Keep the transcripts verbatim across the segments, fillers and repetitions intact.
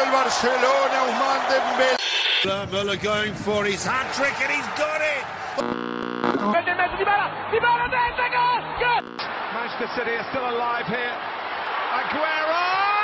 del Barcelona, Ousmane Dembélé. Müller going for his hat trick and he's got it. Manchester City are still alive here. Aguero!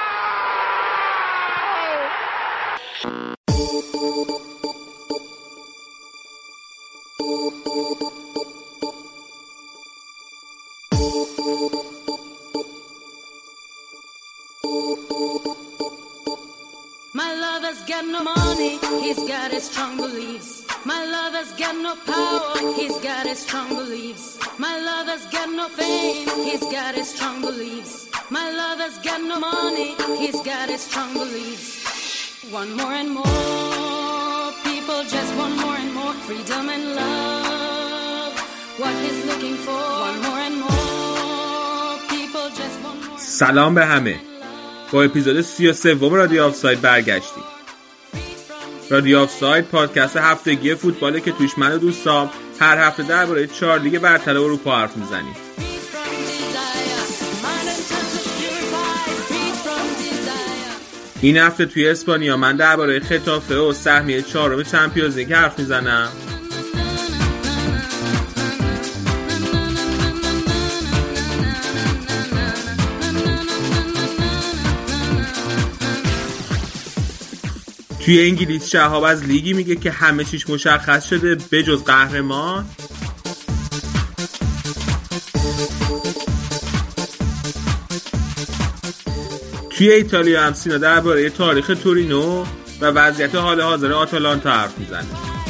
My lover's got no money, he's got his strong beliefs. My lover's got no power, he's got his strong beliefs. My lover's got no fame, he's got his strong beliefs. My lover's got no money, he's got his strong beliefs. One more and more, people just want more and more freedom and love. What he's looking for, one more and more, people just want more. سلام به همه. با اپیزود سی و سوم رادیو آفساید برگشتیم. رادیو آفساید پادکست هفتگی فوتباله که توش من و دوستام هر هفته درباره چهار لیگ برتر اروپا حرف میزنیم. این هفته توی اسپانیا من درباره خطافه و سهمیه چهارم چمپیونز لیگ حرف میزنم. توی انگلیس شهاب از لیگی میگه که همه چیش مشخص شده بجز قهرمان. توی ایتالیا هم سینا درباره تاریخ تورینو و وضعیت حال حاضر آتالانتا حرف میزنه.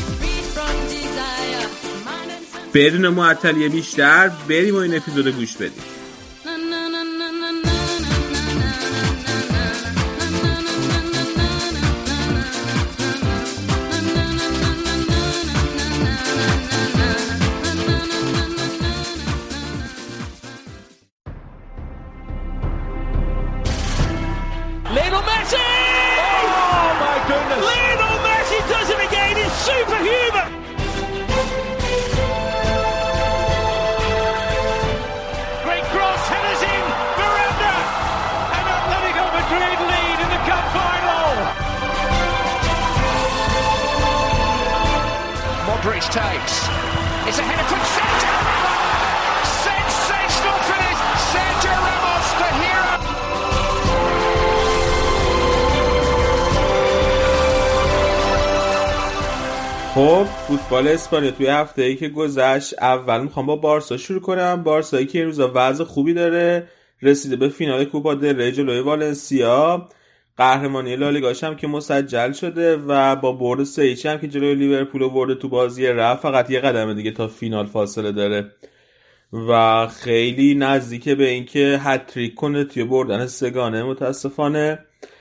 بدون معطلی بیشتر بریم و این اپیزود گوش بدیم. Takes. It's a header from Sergio Ramos. Sensational finish. Sergio Ramos, the hero. خب فوتبال اسپانیا توی هفته‌ای که گذشت اول میخوام با بارسا شروع کنم. بارسایی که این روزا وضع خوبی داره، رسیده به فینال کوپا دل ری جلوی والنسیا. قهرمانی لالیگاش هم که مسجل شده و با برد سه هیچ هم که جلوی لیورپول برد تو بازی رفت، فقط یه قدم دیگه تا فینال فاصله داره و خیلی نزدیکه به اینکه هتریک کنه توی بردن سگانه. متاسفانه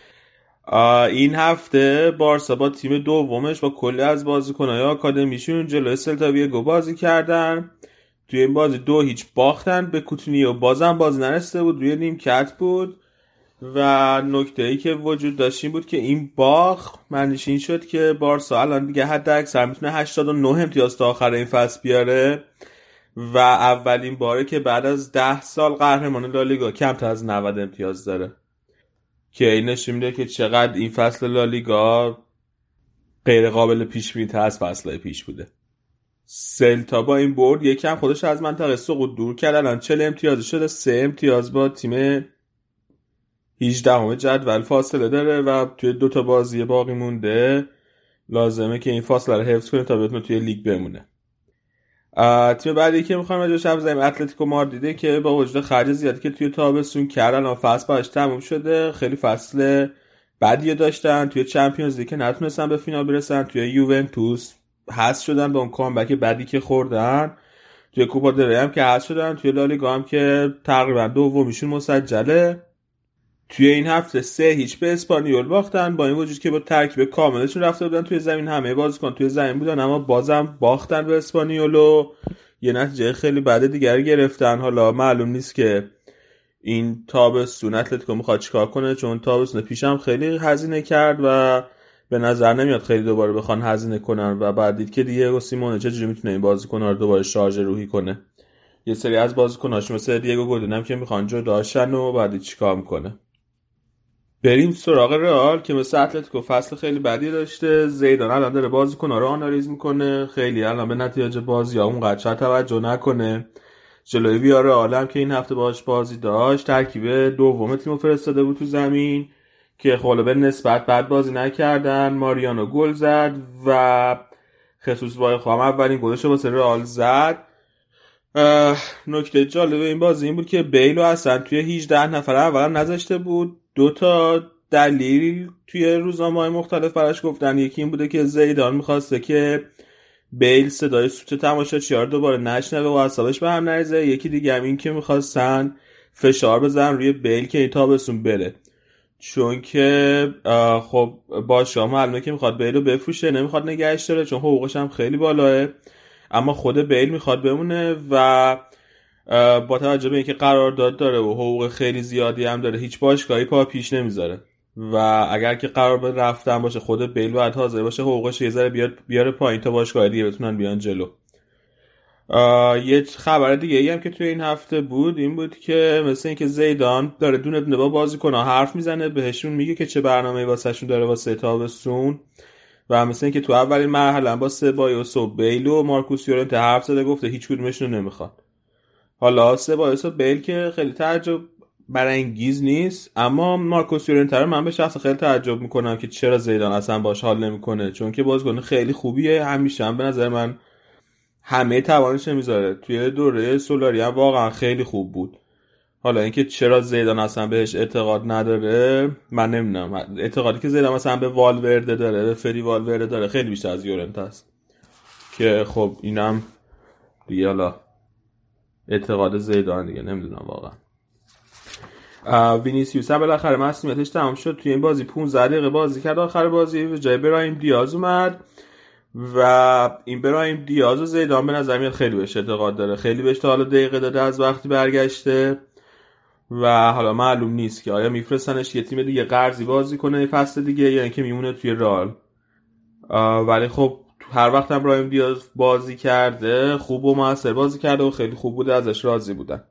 این هفته بارسا با تیم دومش با کلی از بازیکن‌های آکادمیشون جلوی سلتا ویگو بازی کردن. توی این بازی دو هیچ باختن به کوتینیو، بازم بازی نرسیده بود، روی نیمکت بود و نکته‌ای که وجود داشت این بود که این باخت معنیش این شد که بارسا الان دیگه حد اکثر میتونه هشتاد و نه امتیاز تا آخر این فصل بیاره و اولین باره که بعد از ده سال قهرمان لالیگا کمتر از نود امتیاز داره که این نشون میده که چقدر این فصل لالیگا غیر قابل پیش بینی تر از فصل‌های پیش بوده. سلتا با این برد یکم خودش از منطقه سقوط دور کرد، الان چهل امتیاز شده، سه امتیاز با تیم هجدهم جدول فاصله داره و توی دو تا بازی باقی مونده لازمه که این فاصله رو حفظ کنه تا بتونه توی لیگ بمونه. تیم بعدی که می‌خوام راجعش حرف بزنیم اتلتیکو مادریده که با وجود خرج زیادی که توی تابستون کردن و فصل باش تموم شده، خیلی فصل بدی داشتن توی چمپیونز لیگ که نتونستن به فینال برسن. توی یوونتوس حذف شدن با اون کامبک بدی که خوردن، توی کوپا دل ری هم که حذف شدن، توی لالیگا هم که تقریبا دومیشون مسجله. توی این هفته سه هیچ به اسپانیول باختن، با این وجود که با ترکیب کاملشون رفته بودن توی زمین، همه بازیکن توی زمین بودن، اما بازم باختن به اسپانیول و یه نتیجه خیلی بده دیگر گرفتن. حالا معلوم نیست که این تابستون اتلتیکو میخواد چیکار کنه، چون تابستون پیشم خیلی هزینه کرد و به نظر نمیاد خیلی دوباره بخوان هزینه کنن و بعد دید که دیگو سیمونه چجوری میتونه این بازیکن‌ها رو دوباره شارژ روحی کنه. یه سری از بازیکن‌هاش مثل دیگو گودن هم که میخوان جدا شن و بعد چیکار میکنه. بریم سراغ رئال که مثل اتلتیکو فصل خیلی بدی داشته. زیدان الان داره بازیکن‌ها رو آنالیز میکنه، خیلی الان به نتیجه بازی‌ها اونقدر توجه نکنه. جلوی ویارئال هم که این هفته باهاش بازی داشت ترکیب دوم تیمو فرستاده بود تو زمین که خب به نسبت بد بازی نکردن. ماریانو گل زد و خصوص وای خام اولین گلش رو واسه رئال زد. نکته جالب این بازی این بود که بیلو اصلا توی هجده نفر اول نذاشته بود. دو تا دلیل توی روزنامه‌های مختلف براش گفتن. یکی این بوده که زیدان می‌خواسته که بیل صدای سوت تماشاچی‌ها رو دوباره نشنوه و اعصابش به هم نریزه. یکی دیگه هم این که می‌خواستن فشار بزنن روی بیل که این تابستون بره، چون که خب باشه معلومه که میخواد بیل رو بفروشه، نمیخواد نگهش داره چون حقوقش هم خیلی بالاه، اما خود بیل میخواد بمونه و با توجه به اینکه قرارداد داره و حقوق خیلی زیادی هم داره هیچ باشگاهی پا پیش نمیذاره و اگر که قرار به رفتن باشه خود بیل باید حاضر باشه حقوقش یه ذره بیاره بیاره پایین تا باشگاه دیگه بتونن بیان جلو. یه خبر دیگه ای هم که توی این هفته بود این بود که مثل اینکه زیدان داره دونه دونه با بازیکن‌ها حرف میزنه، بهشون میگه که چه برنامه‌ای واسهشون داره واسه تابستون و مثل اینکه تو اولین مرحله با سبایوس و بیل و مارکوس یورنته حرف زده، گفته هیچ کدومشون رو نمیخواد. حالا سبایوس و بیل که خیلی تعجب برانگیز نیست، اما مارکوس یورنته رو من به شخص خیلی تعجب میکنم که چرا زیدان اصلا باش حال نمیکنه، چون که بازیکن خیلی خوبیه، همیشه هم به نظر من همه توانش میذاره. توی دوره سولاری هم واقعا خیلی خوب بود. حالا اینکه چرا زیدان اصلا بهش اعتقاد نداره من نمیدونم. اعتقادی که زیدان مثلا به والورده داره، به فری والورده داره خیلی بیشتر از یورنته است که خب اینم دیگه حالا اعتقاد زیدان دیگه نمیدونم واقعا. وینیسیوس هم بالاخره مسئولیتش تمام شد. توی این بازی پانزده دقیقه بازی کرد، آخر بازی به جای براهیم دیاز اومد و این براهیم دیاز و زیدان به نظر میاد خیلی بهش اعتقاد داره، خیلی بهش تا حالا دقیقه داده از وقتی برگشته و حالا معلوم نیست که آیا میفرستنش یه تیم دیگه قرضی بازی کنه فصل دیگه یا اینکه میمونه توی رئال. ولی خب هر وقت هم براهیم دیاز بازی کرده خوب و موثر بازی کرده و خیلی خوب بوده، ازش راضی بودن.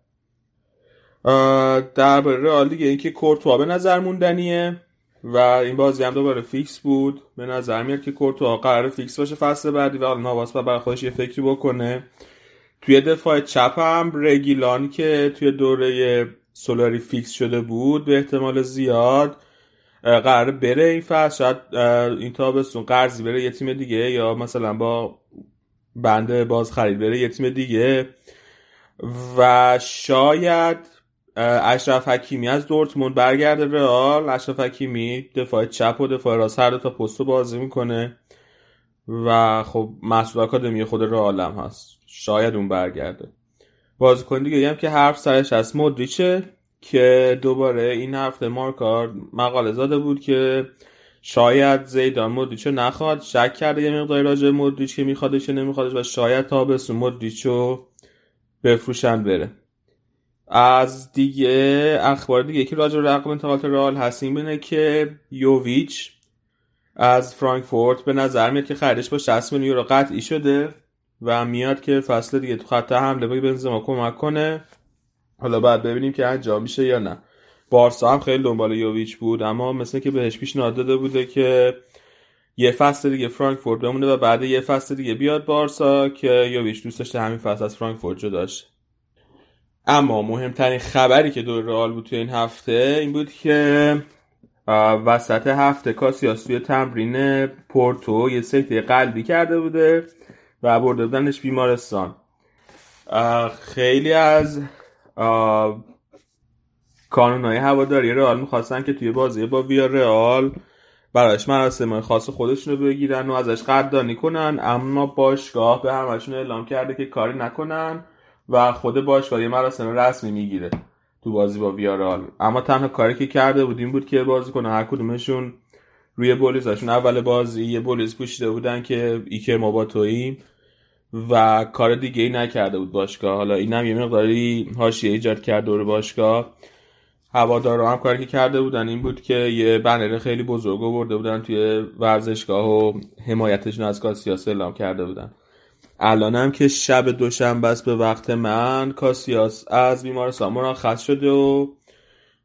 درباره رئال دیگه اینکه کورتوا به نظر موندنیه و این بازی هم دوباره فیکس بود. به نظر میاد که کورتوا قراره فیکس باشه فصل بعدی و حالا نواس برای خودش یه فکری بکنه. توی دفاع چپ هم رگیلان که توی دوره سولاری فیکس شده بود به احتمال زیاد قراره بره این فصل، شاید این تابستون قرضی بره یه تیم دیگه یا مثلا با بنده باز خرید بره یه تیم دیگه و شاید اشرف حکیمی از دورتموند برگرده رئال. اشرف حکیمی دفاع چپ و دفاع راست هر دو تا پستو بازی میکنه و خب مسئول آکادمی خود رئال هم هست، شاید اون برگرده. بازیکن دیگه هم که حرف سرش از مودریچه که دوباره این هفته مارکار مقاله زاده بود که شاید زیدان مودریچو نخواد، شک کرده یه مقداری راجع به مودریچ که میخوادش نمیخوادش و شاید تابستون مودریچو بفروشن بره. از دیگه اخبار دیگه که راجع به رقم انتقالات رئال هست این بینه که یوویچ از فرانکفورت به نظر میاد که خریدش با شصت میلیون یورو قطعی شده و میاد که فصل دیگه تو خط حمله به بنزما کمک کنه. حالا بعد ببینیم که انجام میشه یا نه. بارسا هم خیلی دنبال یوویچ بود اما مثل که بهش پیشنهاد داده بوده که یه فصل دیگه فرانکفورت بمونه و بعد یه فصل دیگه بیاد بارسا، که یوویچ دوست داشته همین فصل از فرانکفورت جدا شه. اما مهمترین خبری که دور رئال بود تو این هفته این بود که وسط هفته کاسیاس توی تمرین پورتو یه سکته قلبی کرده بوده و برده بودنش بیمارستان. خیلی از کانونای هواداری رئال می‌خواستن که توی بازی با ویارئال برایش مراسم خاص خودشونو بگیرن و ازش قدردانی کنن، اما باشگاه به همشون اعلام کرده که کاری نکنن و خود باشگاه یه مراسم رسمی میگیره تو بازی با ویارئال. اما تنها کاری که کرده بود این بود که بازیکن‌ها هر کدومشون روی بولیزاشون اول بازی یه بولیز پوشیده بودن که ایکر موباتویی و کار دیگه ای نکرده بود باشگاه. حالا اینم یه مقداری حاشیه ایجاد کرد دور باشگاه. هوادارا هم کاری که کرده بودن این بود که یه بنر خیلی بزرگ آورده بودن توی ورزشگاه و حمایتشون از کاسیاس اعلام کرده بودن. الان هم که شب دوشنبه است به وقت من کاسیاس از بیمارستان مرخص شده و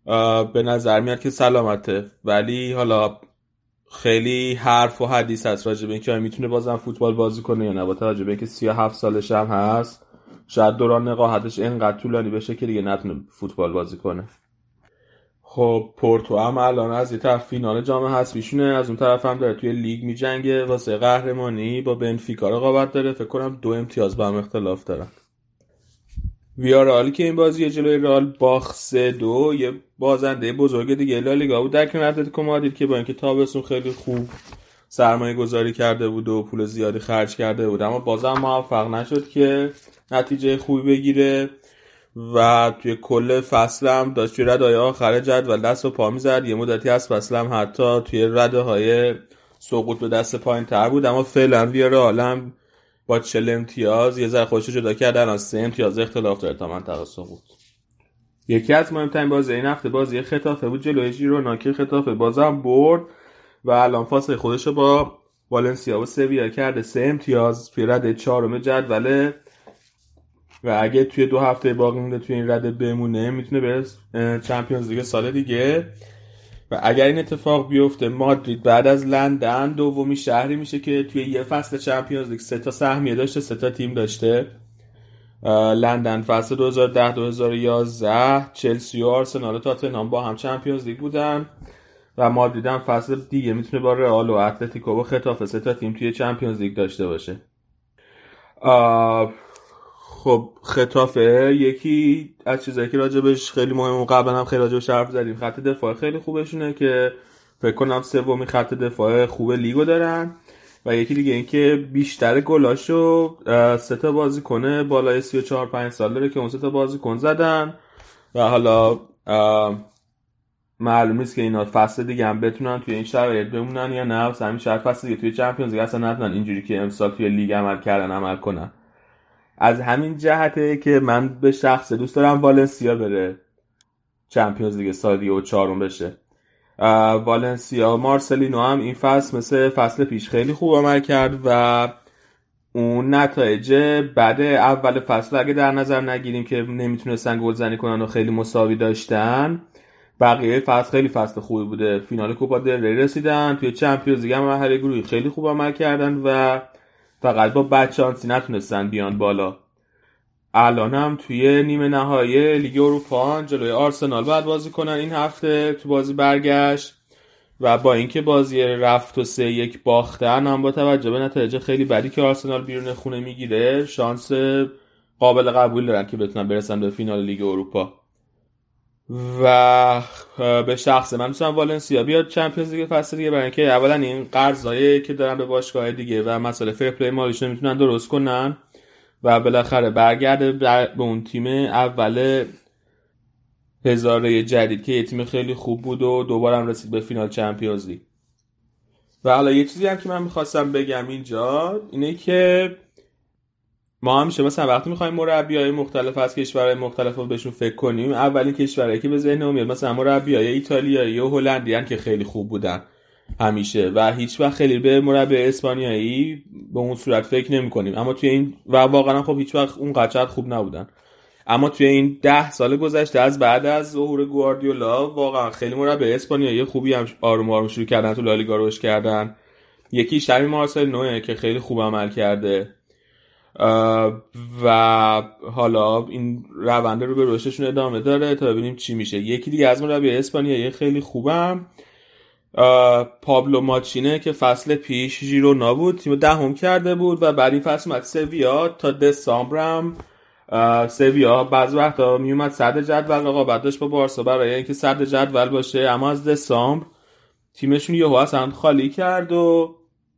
به نظر میاد که سلامته، ولی حالا خیلی حرف و حدیث هست راجع به اینکه میتونه بازم فوتبال بازی کنه یا نه، با توجه به اینکه سی و هفت سالش هم هست. شاید دوران نقاهتش اینقدر طولانی بشه که دیگه نتونه فوتبال بازی کنه. خب پورتو هم الان از یه طرف فینال جام حذفیشونه، از اون طرف هم داره توی لیگ میجنگه واسه قهرمانی، با بنفیکا رقابت داره. فکر کنم دو امتیاز با هم اختلاف دارن. ویارال که این بازی جلوی رئال باخت سه دو، یه بازنده بزرگ دیگه لالیگا بود در کنار اتلتیکو مادرید که با اینکه تابستون خیلی خوب سرمایه گذاری کرده بود و پول زیادی خرج کرده بود، اما بازم موفق نشد که نتیجه خوبی بگیره و توی کل فصل هم داشت توی رده های آخر جدول دست و پا میزد. یه مدتی از فصل هم حتی توی رده های سقوط به دست پایین تر بود، اما فعلا ویارال هم با چهل امتیاز یه ذره خودشو جدا کرد، الان سه امتیاز اختلاف داره تا منطقه سقوط. یکی از مهمترین بازی این هفته بازی خطافه بود جلوی ژیرونا که خطافه بازم برد و الان فاصله خودشو با والنسیا و سویا کرده سه امتیاز توی رده چهارم جدوله و اگه توی دو هفته باقی مونده توی این رده بمونه میتونه بره چمپیونز لیگ سال دیگه. و اگر این اتفاق بیفته مادرید بعد از لندن دومی شهری میشه که توی یه فصل چمپیونز لیگ سه تا سهمیه داشته، سه تا تیم داشته. لندن فصل دو هزار و ده دو هزار و یازده چلسی و آرسنال و تاتنهام با هم چمپیونز لیگ بودن و مادرید هم فصل دیگه میتونه با رئال و اتلتیکو و خطافه سه تا تیم توی چمپیونز لیگ داشته باشه. خب خطافه یکی از چیزایی که راجبش خیلی مهمه و قبلا هم خیلی راجبش حرف زدیم، خط دفاع خیلی خوبشونه که فکر کنم سومی خط دفاع خوب لیگو دارن و یکی دیگه این که بیشتر گلاشو سه تا بازیکن بالای سی و چهار پنج سال داره که اون سه تا بازیکن زدن و حالا معلوم نیست که اینا فصل دیگه هم بتونن توی این شرایط بمونن یا نه، واسه همین شرط فصل دیگه توی چمپیونز لیگ اصلا نتونن اینجوری که امسال توی لیگ عمل کردن عمل کنن. از همین جهته که من به شخص دوست دارم والنسیا بره چمپیونز لیگ سال دیگه و چهارم بشه. والنسیا مارسلینو هم این فصل مثل فصل پیش خیلی خوب عمل کرد و اون نتایج بعد اول فصل اگه در نظر نگیریم که نمیتونستن گلزنی کنن و خیلی مساوی داشتن، بقیه فصل خیلی فصل خوبی بوده. فینال کوپا دل ری رسیدن، توی چمپیونز لیگ هم مرحله گروهی خیلی خوب عمل کردن و فقط با بدشانسی نتونستن بیان بالا. الان هم توی نیمه نهایی لیگ اروپا جلوی آرسنال باید بازی کنن این هفته تو بازی برگشت و با اینکه بازی رفت و سه یک باختن هم با توجه به نتایج خیلی بدی که آرسنال بیرون خونه میگیره شانس قابل قبول دارن که بتونن برسن به فینال لیگ اروپا. و به شخص من دوستم والنسیا بیاد چمپیونز لیگ فصل دیگه، برای اینکه اولا این قرضایی که دارن به باشگاه دیگه و مسئله فیر پلی مالیشون میتونن درست کنن و بالاخره برگرده به اون تیم اول هزاره جدید که یه تیم خیلی خوب بود و دوباره هم رسید به فینال چمپیونز لیگ. و حالا یه چیزی هم که من میخواستم بگم اینجا اینه که ما همیشه مثلا وقتی میخوایم مربیای مختلف از کشورهای مختلف رو بهشون فکر کنیم، اولین کشورهایی که به ذهنمون میاد مثلا مربیای ایتالیایی و هلندی ان که خیلی خوب بودن همیشه و هیچ وقت خیلی به مربی اسپانیایی به اون صورت فکر نمی‌کنیم، اما توی این و واقعا خب هیچ وقت اون قدرت خوب نبودن. اما توی این ده سال گذشته از بعد از ظهور گواردیولا واقعا خیلی مربی اسپانیایی خوبی هم آروم آروم شروع کردن تو لالیگا رشد کردن. یکی شمی مارسلینو که خیلی خوب عمل کرده و حالا این روند رو به رشدشون ادامه داره تا ببینیم چی میشه. یکی دیگه از مربی اسپانیایی خیلی خوبم پابلو ماچینه که فصل پیش ژیرونا بود، تیم دهم کرده بود و بعد این فصل اومد سویا تا دسامبرم. سویا بعضی وقتا میومد صدر جدول رقابت داشت با بارسا برای اینکه صدر جدول باشه، اما از دسامبر تیمشون یهو اصلا خالی کرد و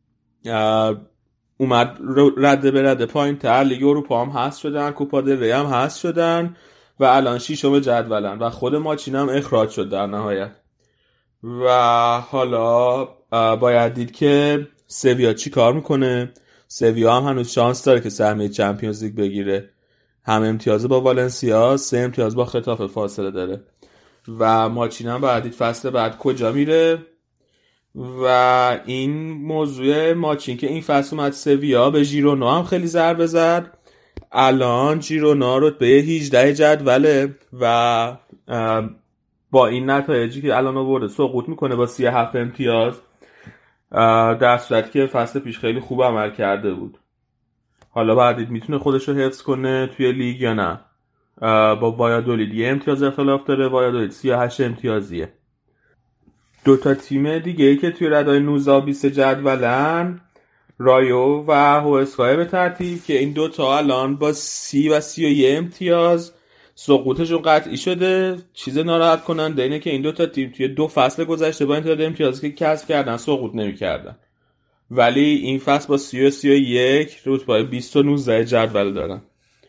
اومد رده به رده پایین تر. لیگ اروپا هم هست شدن، کوپا دل ری هم هست شدن و الان ششم جدولن و خود ماچین هم اخراج شد در نهایت. و حالا باید دید که سویا چی کار میکنه. سویا هم هنوز شانس داره که سهمیه چمپیونز لیگ بگیره، هم امتیاز با والنسیا، سه امتیاز با خطافه فاصله داره و ماچین هم باید دید فصل بعد کجا میره. و این موضوع ماچین که این فصل اومد سویا به ژیرونا هم خیلی ضربه زد. الان ژیرونا رتبه هجده جدوله و با این نتایجی که الان آورده سقوط میکنه با سی و هفت امتیاز، در صورتی که فصل پیش خیلی خوب عمل کرده بود. حالا بعدید میتونه خودش رو حفظ کنه توی لیگ یا نه. با وایادولید یه امتیاز اختلاف داره، وایادولید سی و هشت امتیازیه. دو تا تیم دیگه ای که توی ردای نوزده و بیست جدولن، رایو و هوسکای به ترتیب، که این دو تا الان با سی و سی و یک امتیاز سقوطشون قطعی شده. چیز ناراحت کننده اینه که این دو تا تیم توی دو فصل گذشته با این تعداد امتیازی که کسب کردن سقوط نمی‌کردن، ولی این فصل با سی و سی و یک رتبه بیست و نوزده جدول دارن.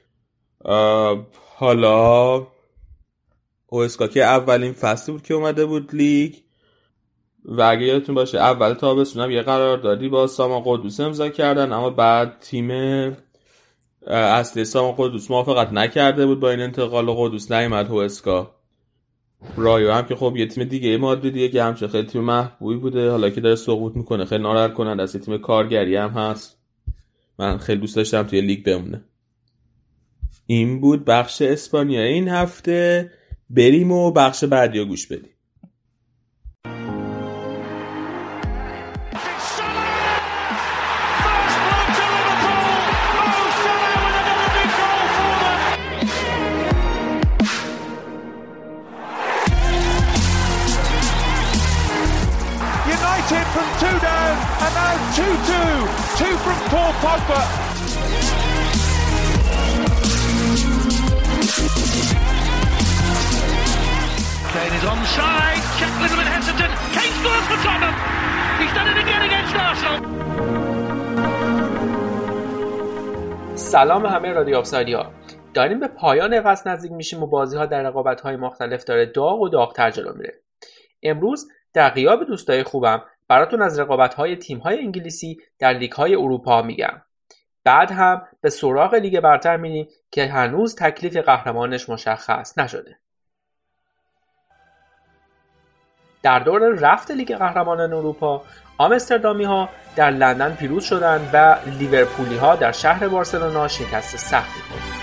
حالا هوسکا که اولین فصلی بود که اومده بود لیگ و اگه یادتون باشه اول تابستون هم یه قراردادی با سامان قدوس امضا کردن، اما بعد تیم اصلی سامان قدوس موافقت نکرده بود با این انتقال، قدوس نیامد هوسکا. رایو هم که خب یه تیم دیگه مادریدیه که همچنین خیلی تیم محبوبی بوده، حالا که داره سقوط میکنه خیلی ناراحت کننده است. تیم کارگری هم هست، من خیلی دوست داشتم توی لیگ بمونه. این بود بخش اسپانیا این هفته. بریم و بخش بعدی رو گوش بدیم. From two down and now two two. Two from Paul Pogba. Kane is onside. Check a little bit hesitant. Kane scores for Tottenham. He's done it again against Arsenal. سلام همه رادیو آفسایدیا. داریم به پایان فصل نزدیک میشیم و بازی‌ها در رقابت‌های مختلف داره داغ و داغ‌تر جلو میره. امروز در غیاب دوستای خوبم براتون از رقابت‌های تیم‌های انگلیسی در لیگ‌های اروپا میگم. بعد هم به سراغ لیگ برتر میریم که هنوز تکلیف قهرمانش مشخص نشده. در دور رفت لیگ قهرمانان اروپا، آمستردامی‌ها در لندن پیروز شدند و لیورپولی‌ها در شهر بارسلونا شکست سختی خوردند.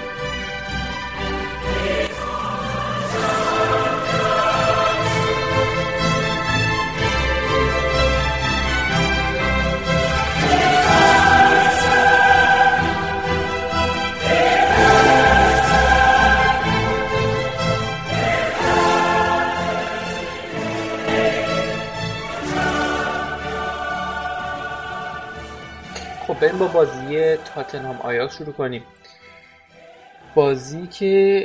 بریم با بازی تاتنهام آیاکس شروع کنیم. بازی که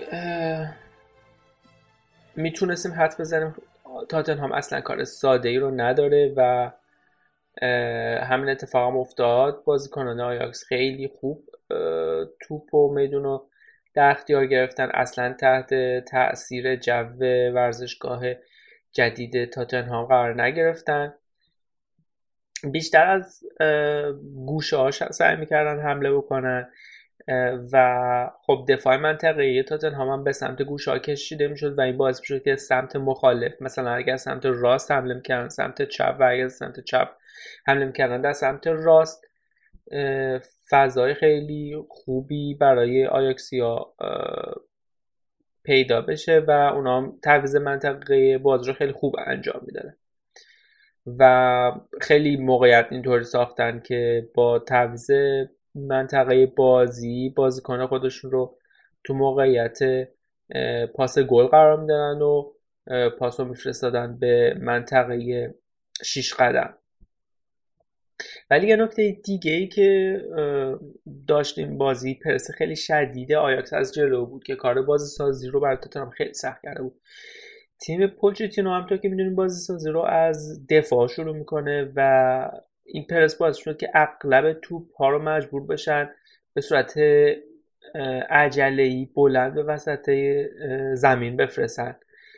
میتونستیم حدس بزنیم تاتنهام اصلا کار ساده ای رو نداره و همین اتفاق هم افتاد. بازیکنان آیاکس خیلی خوب توپ و میدون رو در اختیار گرفتن، اصلا تحت تأثیر جو ورزشگاه جدید تاتنهام قرار نگرفتن. بیشتر از گوشه هاش سعی میکردن حمله بکنن و خب دفاع منطقه‌ای تاتنهام هم به سمت گوشه ها کشیده میشد و این باعث میشد که سمت مخالف، مثلا اگر سمت راست حمله میکردن سمت چپ و اگر سمت چپ حمله میکردن در سمت راست، فضای خیلی خوبی برای آیاکسیا پیدا بشه و اونا هم تعویض منطقه بازی رو خیلی خوب انجام میدادن و خیلی موقعیت اینطوری ساختن که با تعویض منطقه بازی بازیکن خودشون رو تو موقعیت پاس گل قرار میدن و پاس رو میفرستادن به منطقه شش قدم. ولی یه نکته دیگه ای که داشتیم، بازی پرس خیلی شدید آیاکس از جلو بود که کار بازی سازی رو برای تاتنهام خیلی سخت کرده بود. تیم پوچتینو همونطور که میدونیم بازی سازی رو از دفاع شروع میکنه و این پرس باعث شد که اغلب توپ ها رو مجبور بشن به صورت عجله‌ای بلند به وسط زمین بفرستن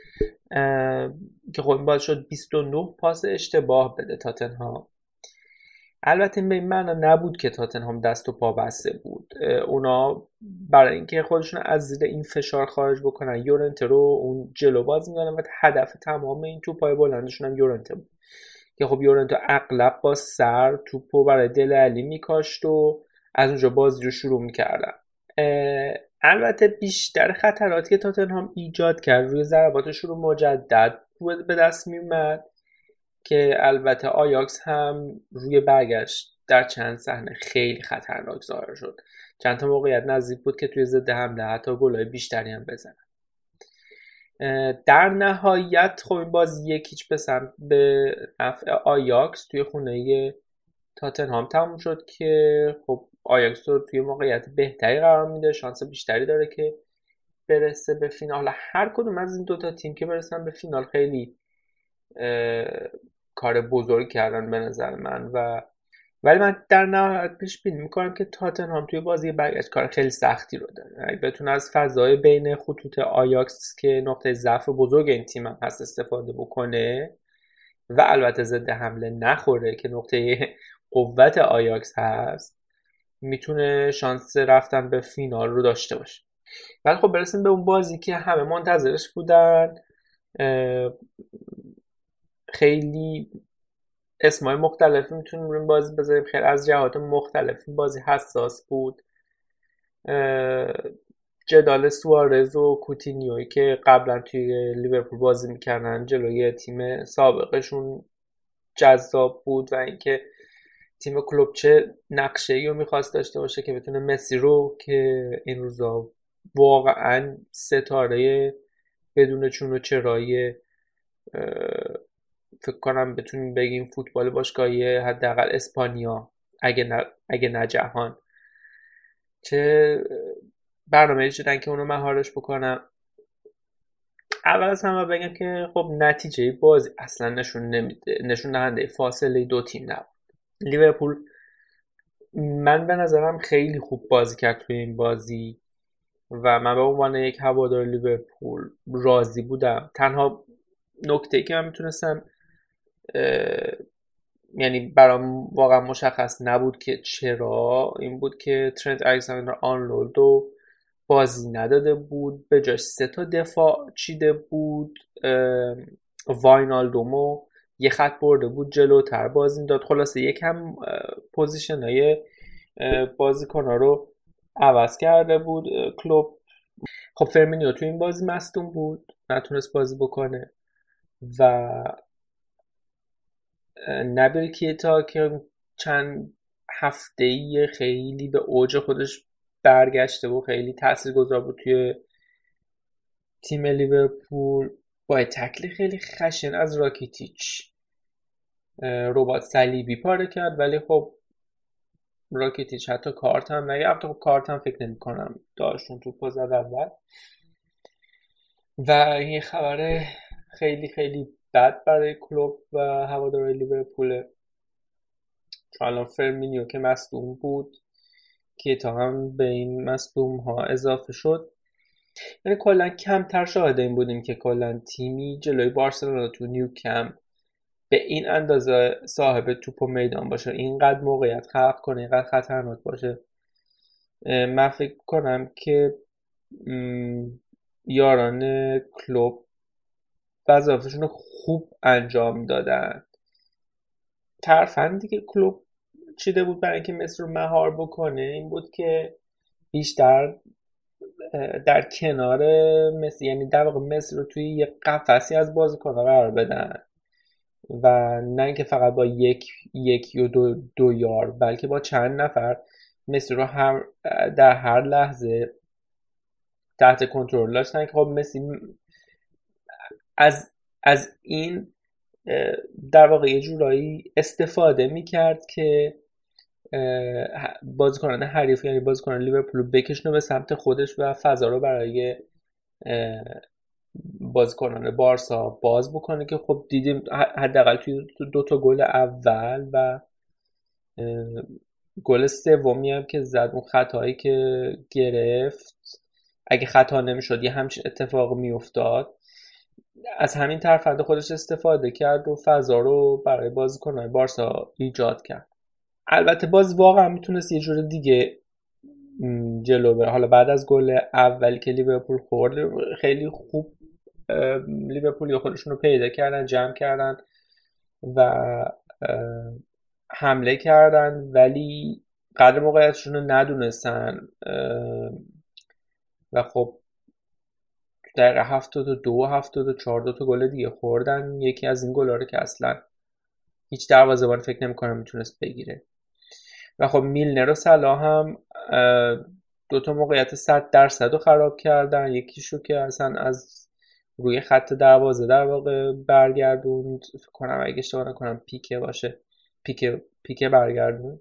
که خب این باعث شد بیست و نه پاس اشتباه بده تاتنهام. البته به این معنی نبود که تاتنهام دست و پا بسته بود. اونا برای اینکه خودشون از زیر این فشار خارج بکنن یورنته رو اون جلو باز می‌کنن و هدف تمام این توپای بلندشون هم یورنته بود که خب یورنته اغلب با سر توپو برای دل علی میکاشت و از اونجا بازی رو شروع میکردن. البته بیشتر خطراتی که تاتنهام ایجاد کرد روی ضرباتش رو مجدد به دست میومد که البته آیاکس هم روی برگشت در چند صحنه خیلی خطرناک ظاهر شد. چند تا موقعیت نزدیک بود که توی ضد حمله حتی گل‌های بیشتری هم بزنن. در نهایت خب این بازی یکیچ به سمت به نفع آیاکس توی خونه تاتنهام تموم شد که خب آیاکس رو توی موقعیت بهتری قرار میده، شانس بیشتری داره که برسه به فینال. هر کدوم از این دوتا تیم که برسن به فینال خیلی کار بزرگ کردن به نظر من، و ولی من در نهایت پیش بینی میکنم که تاتنهام توی بازی برگشت کار خیلی سختی رو داره. اگه بتونه از فضای بین خطوط آیاکس که نقطه ضعف بزرگ این تیم هم هست استفاده بکنه و البته ضد حمله نخوره که نقطه قوت آیاکس هست، میتونه شانس رفتن به فینال رو داشته باشه. ولی خب برسیم به اون بازی که همه منتظرش بودن. خیلی اسمای مختلفی میتونیم روی این بازی بذاریم، خیلی از جهات مختلف این بازی حساس بود. جدال سوارز و کوتینیوی که قبلا توی لیورپول بازی میکردن جلوی تیم سابقشون جذاب بود و اینکه تیم کلوب چه نقشه‌ای رو میخواست داشته باشه که بتونه مسی رو که این روزا واقعا ستاره بدون چون و چرایی فکر کنم بتونیم بگیم فوتبال باشگاهی حداقل اسپانیا اگه نه اگه نه جهان، چه برنامه‌ای شدن که اونو مهارش بکنم. اول از همه بگم که خب نتیجه بازی اصلا نشون نمیده، نشون دهنده فاصله دو تیم نبود. لیورپول من به نظرم خیلی خوب بازی کرد توی این بازی و من به عنوان یک هوادار لیورپول راضی بودم. تنها نکته‌ای که من میتونستم یعنی برام واقعا مشخص نبود که چرا این بود که ترنت الکساندر آرنولد رو بازی نداده بود، به جاش سه تا دفاع چیده بود، واینالدومو یه خط برده بود جلوتر بازی میداد. خلاصه یکم پوزیشن های بازیکن‌ها رو عوض کرده بود کلوب. خب فرمینیو تو این بازی مصدوم بود، نتونست بازی بکنه و نبیل کیتا که چند هفته‌ای خیلی به اوج خودش برگشته بود، خیلی تاثیرگذار بود توی تیم لیورپول، با تکل خیلی خشن از راکیتیچ ربات صلیبی پاره کرد. ولی خب راکیتیچ حتی کارت هم نگرفت، خب کارت هم فکر نمی کنم داشتون تو پوز اول. و این خبر خیلی خیلی بد برای کلوب و هوادارهای لیورپول، چون الان فرمینیو که مصدوم بود که تا هم به این مصدوم ها اضافه شد، یعنی کلا کمتر شاهد این بودیم که کلا تیمی جلوی بارسلونا تو نیوکمپ به این اندازه صاحب توپ و میدان باشه، اینقدر موقعیت خلق کنه، اینقدر خطرناک باشه. من فکر کنم که یاران کلوب وظایفشون رو خوب انجام دادن. ترفندی که کلوب چیده بود برای اینکه مسی رو مهار بکنه این بود که بیشتر در کنار مسی، یعنی در واقع مسی رو توی یه قفسی از بازیکن‌ها قرار بدن و نه اینکه فقط با یک یک یا دو دو یار، بلکه با چند نفر مسی رو هم در هر لحظه تحت کنترل داشتن که خب مسی از از این در واقع یه جورایی استفاده میکرد که بازیکنان حریف یعنی بازیکنان لیورپول رو بکشونه به سمت خودش و فضا رو برای بازیکنان بارسا باز بکنه که خب دیدیم حداقل توی دو تا گل اول و گل سومی هم که زد، اون خطایی که گرفت اگه خطا نمیشد یه همچین اتفاق میافتاد، از همین ترفند خودش استفاده کرد و فضا رو برای بازیکنان بارسا ایجاد کرد. البته باز واقعا میتونست یه جور دیگه جلو بره. حالا بعد از گل اولی که لیورپول خورد خیلی خوب لیورپولی خودشون رو پیدا کردن، جمع کردن و حمله کردن، ولی قدر موقعیتشون رو ندونستن و خب دقیقه هفتاد و دو هفتاد و چهار دو تا گل دیگه خوردن. یکی از این گل‌ها رو که اصلا هیچ دروازه‌بان فکر نمی‌کنم میتونست بگیره. و خب میلنر و صلاح هم دو تا موقعیت صد درصد رو خراب کردن. یکیشو که اصلا از روی خط دروازه در واقع برگردوند، فکر کنم اگه اشتباه نکنم پیکه باشه، پیکه پیکه برگردوند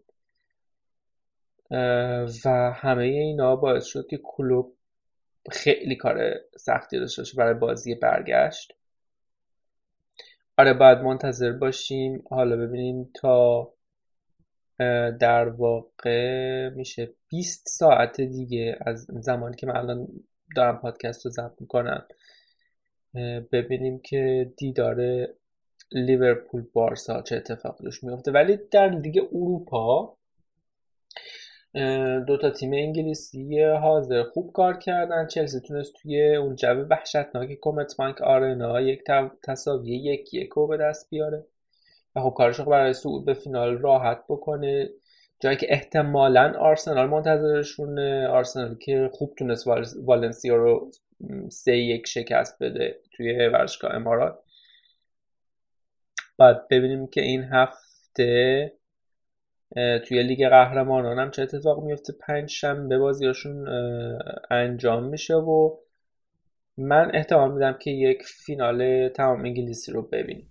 و همه اینا باعث شد که کلوب خیلی کار سختی داشته باشه برای بازی برگشت. آره باید منتظر باشیم حالا ببینیم تا در واقع میشه بیست ساعت دیگه از زمانی که من الان دارم پادکست رو ضبط میکنم ببینیم که دیدار لیورپول بارسا چه اتفاقی روش میفته. ولی در لیگ اروپا دو تا تیم انگلیسی حاضر خوب کار کردن. چلسی تونست توی اون جو وحشتناک کومت بانک آرنا یک تساوی یک یک رو به دست بیاره و خب کارش رو برای صعود به فینال راحت بکنه، جایی که احتمالاً آرسنال منتظرشونه. آرسنال که خوب تونست والنسیا رو سه یک شکست بده توی ورزشگاه امارات. بعد ببینیم که این هفته توی لیگ قهرمانان هم چه اتفاق میفته. پنج شنبه بازیاشون انجام میشه و من احتمال میدم که یک فینال تمام انگلیسی رو ببینیم.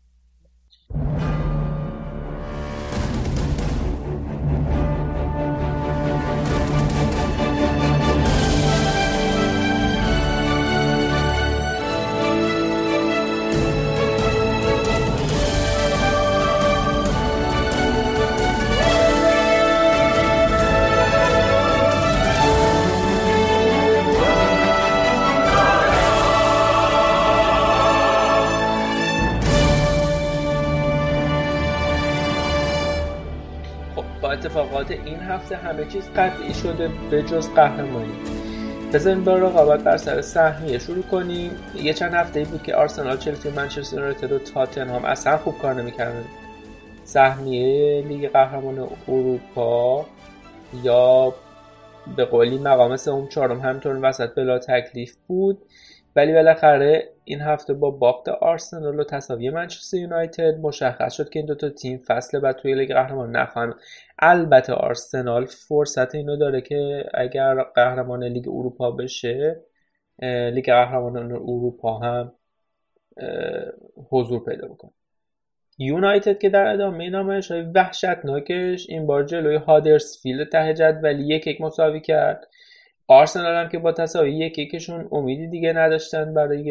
اتفاقات این هفته همه چیز قطعی شده به جز قهرمانی. بزنیم با رقابت بر سر سهمیه شروع کنیم. یه چند هفته‌ای بود که آرسنال، چلسی و منچستر یونایتد و تاتنهام اصلا خوب کار نمی‌کردن. سهمیه لیگ قهرمان اروپا یا به قولی مقام سوم چهارم همینطور وسط بلا تکلیف بود، ولی بالاخره این هفته با باخت آرسنال و تساوی منچستر یونایتد مشخص شد که این دوتا تیم فصل بعد توی لیگ قهرمان نخواهند. البته آرسنال فرصت اینو داره که اگر قهرمان لیگ اروپا بشه، لیگ قهرمانان اروپا هم حضور پیدا بکنه. یونایتد که در ادامه نمایش‌های وحشتناکش این بار جلوی هادرسفیلد ته جدولی یک یک مساوی کرد. آرسنال هم که با تساوی یک یکشون امیدی دیگه نداشتن برای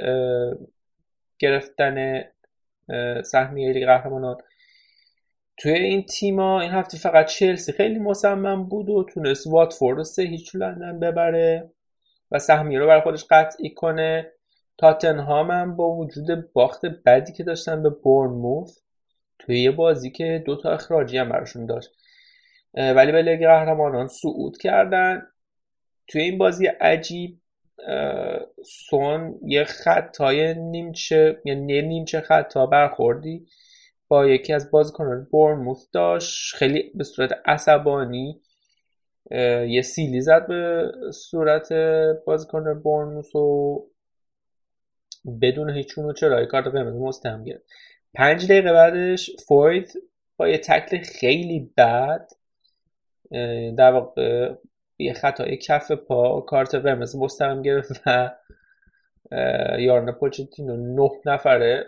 گرفتن سهمیه لیگ قهرمانان. توی این تیما این هفته فقط چلسی خیلی مصمم بود و تونست واتفورد رو سه هیچ لندن ببره و سهمیه رو برای خودش قطعی کنه. تاتنهام هم با وجود باخت بدی که داشتن به بورنموث توی یه بازی که دوتا اخراجی هم براشون داشت، ولی به لیگ قهرمانان صعود کردن. توی این بازی عجیب سون یه خطای نیمچه یعنی نیمچه خطا برخوردی با یکی از بازیکنان بورنموث داشت. خیلی به صورت عصبانی یه سیلی زد به صورت بازیکن بورنموث و بدون هیچ چون و چرای کارت قرمز مستحکم گرفت. پنج دقیقه بعدش فوید با یه تکل خیلی بد در واقع یه خطای کف پا کارت قرمز مستقیم گرفت و یارن پوچتینو نه نفره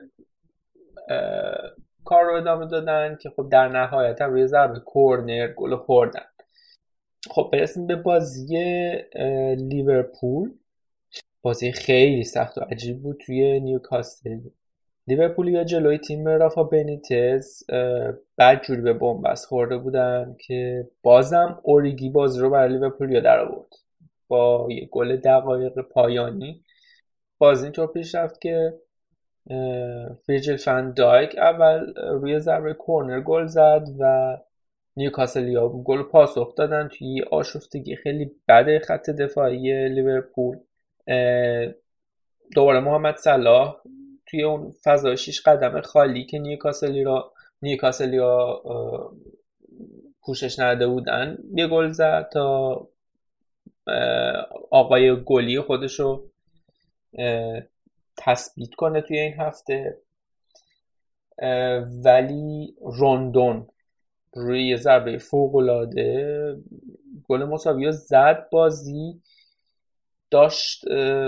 کار رو ادامه دادن که خب در نهایت هم روی ضربه کورنر گل خوردن. خب برسیم به بازی لیورپول. بازی خیلی سخت و عجیب بود توی نیوکاسل. لیورپول یا جلوی تیم رافا بنیتز بعد جوری به بنبست خورده بودن که بازم اوریگی بازی رو برای لیورپول یا در آورد با یه گل دقایق پایانی. بازی اینطور پیش رفت که ویرجیل فان دایک اول روی ضربه کورنر گل زد و نیوکاسلیا گل پاسخ دادن توی آشفتگی خیلی بد خط دفاعی لیورپول. دوباره محمد صلاح توی اون فضای شیش قدم خالی که نیوکاسلی را نیوکاسلیا پوشش نداده بودن یه گل زد تا آقای گلی خودشو تثبیت کنه توی این هفته. ولی روندون روی یه ضربه فوق‌العاده گل مساوی زد. بازی داشت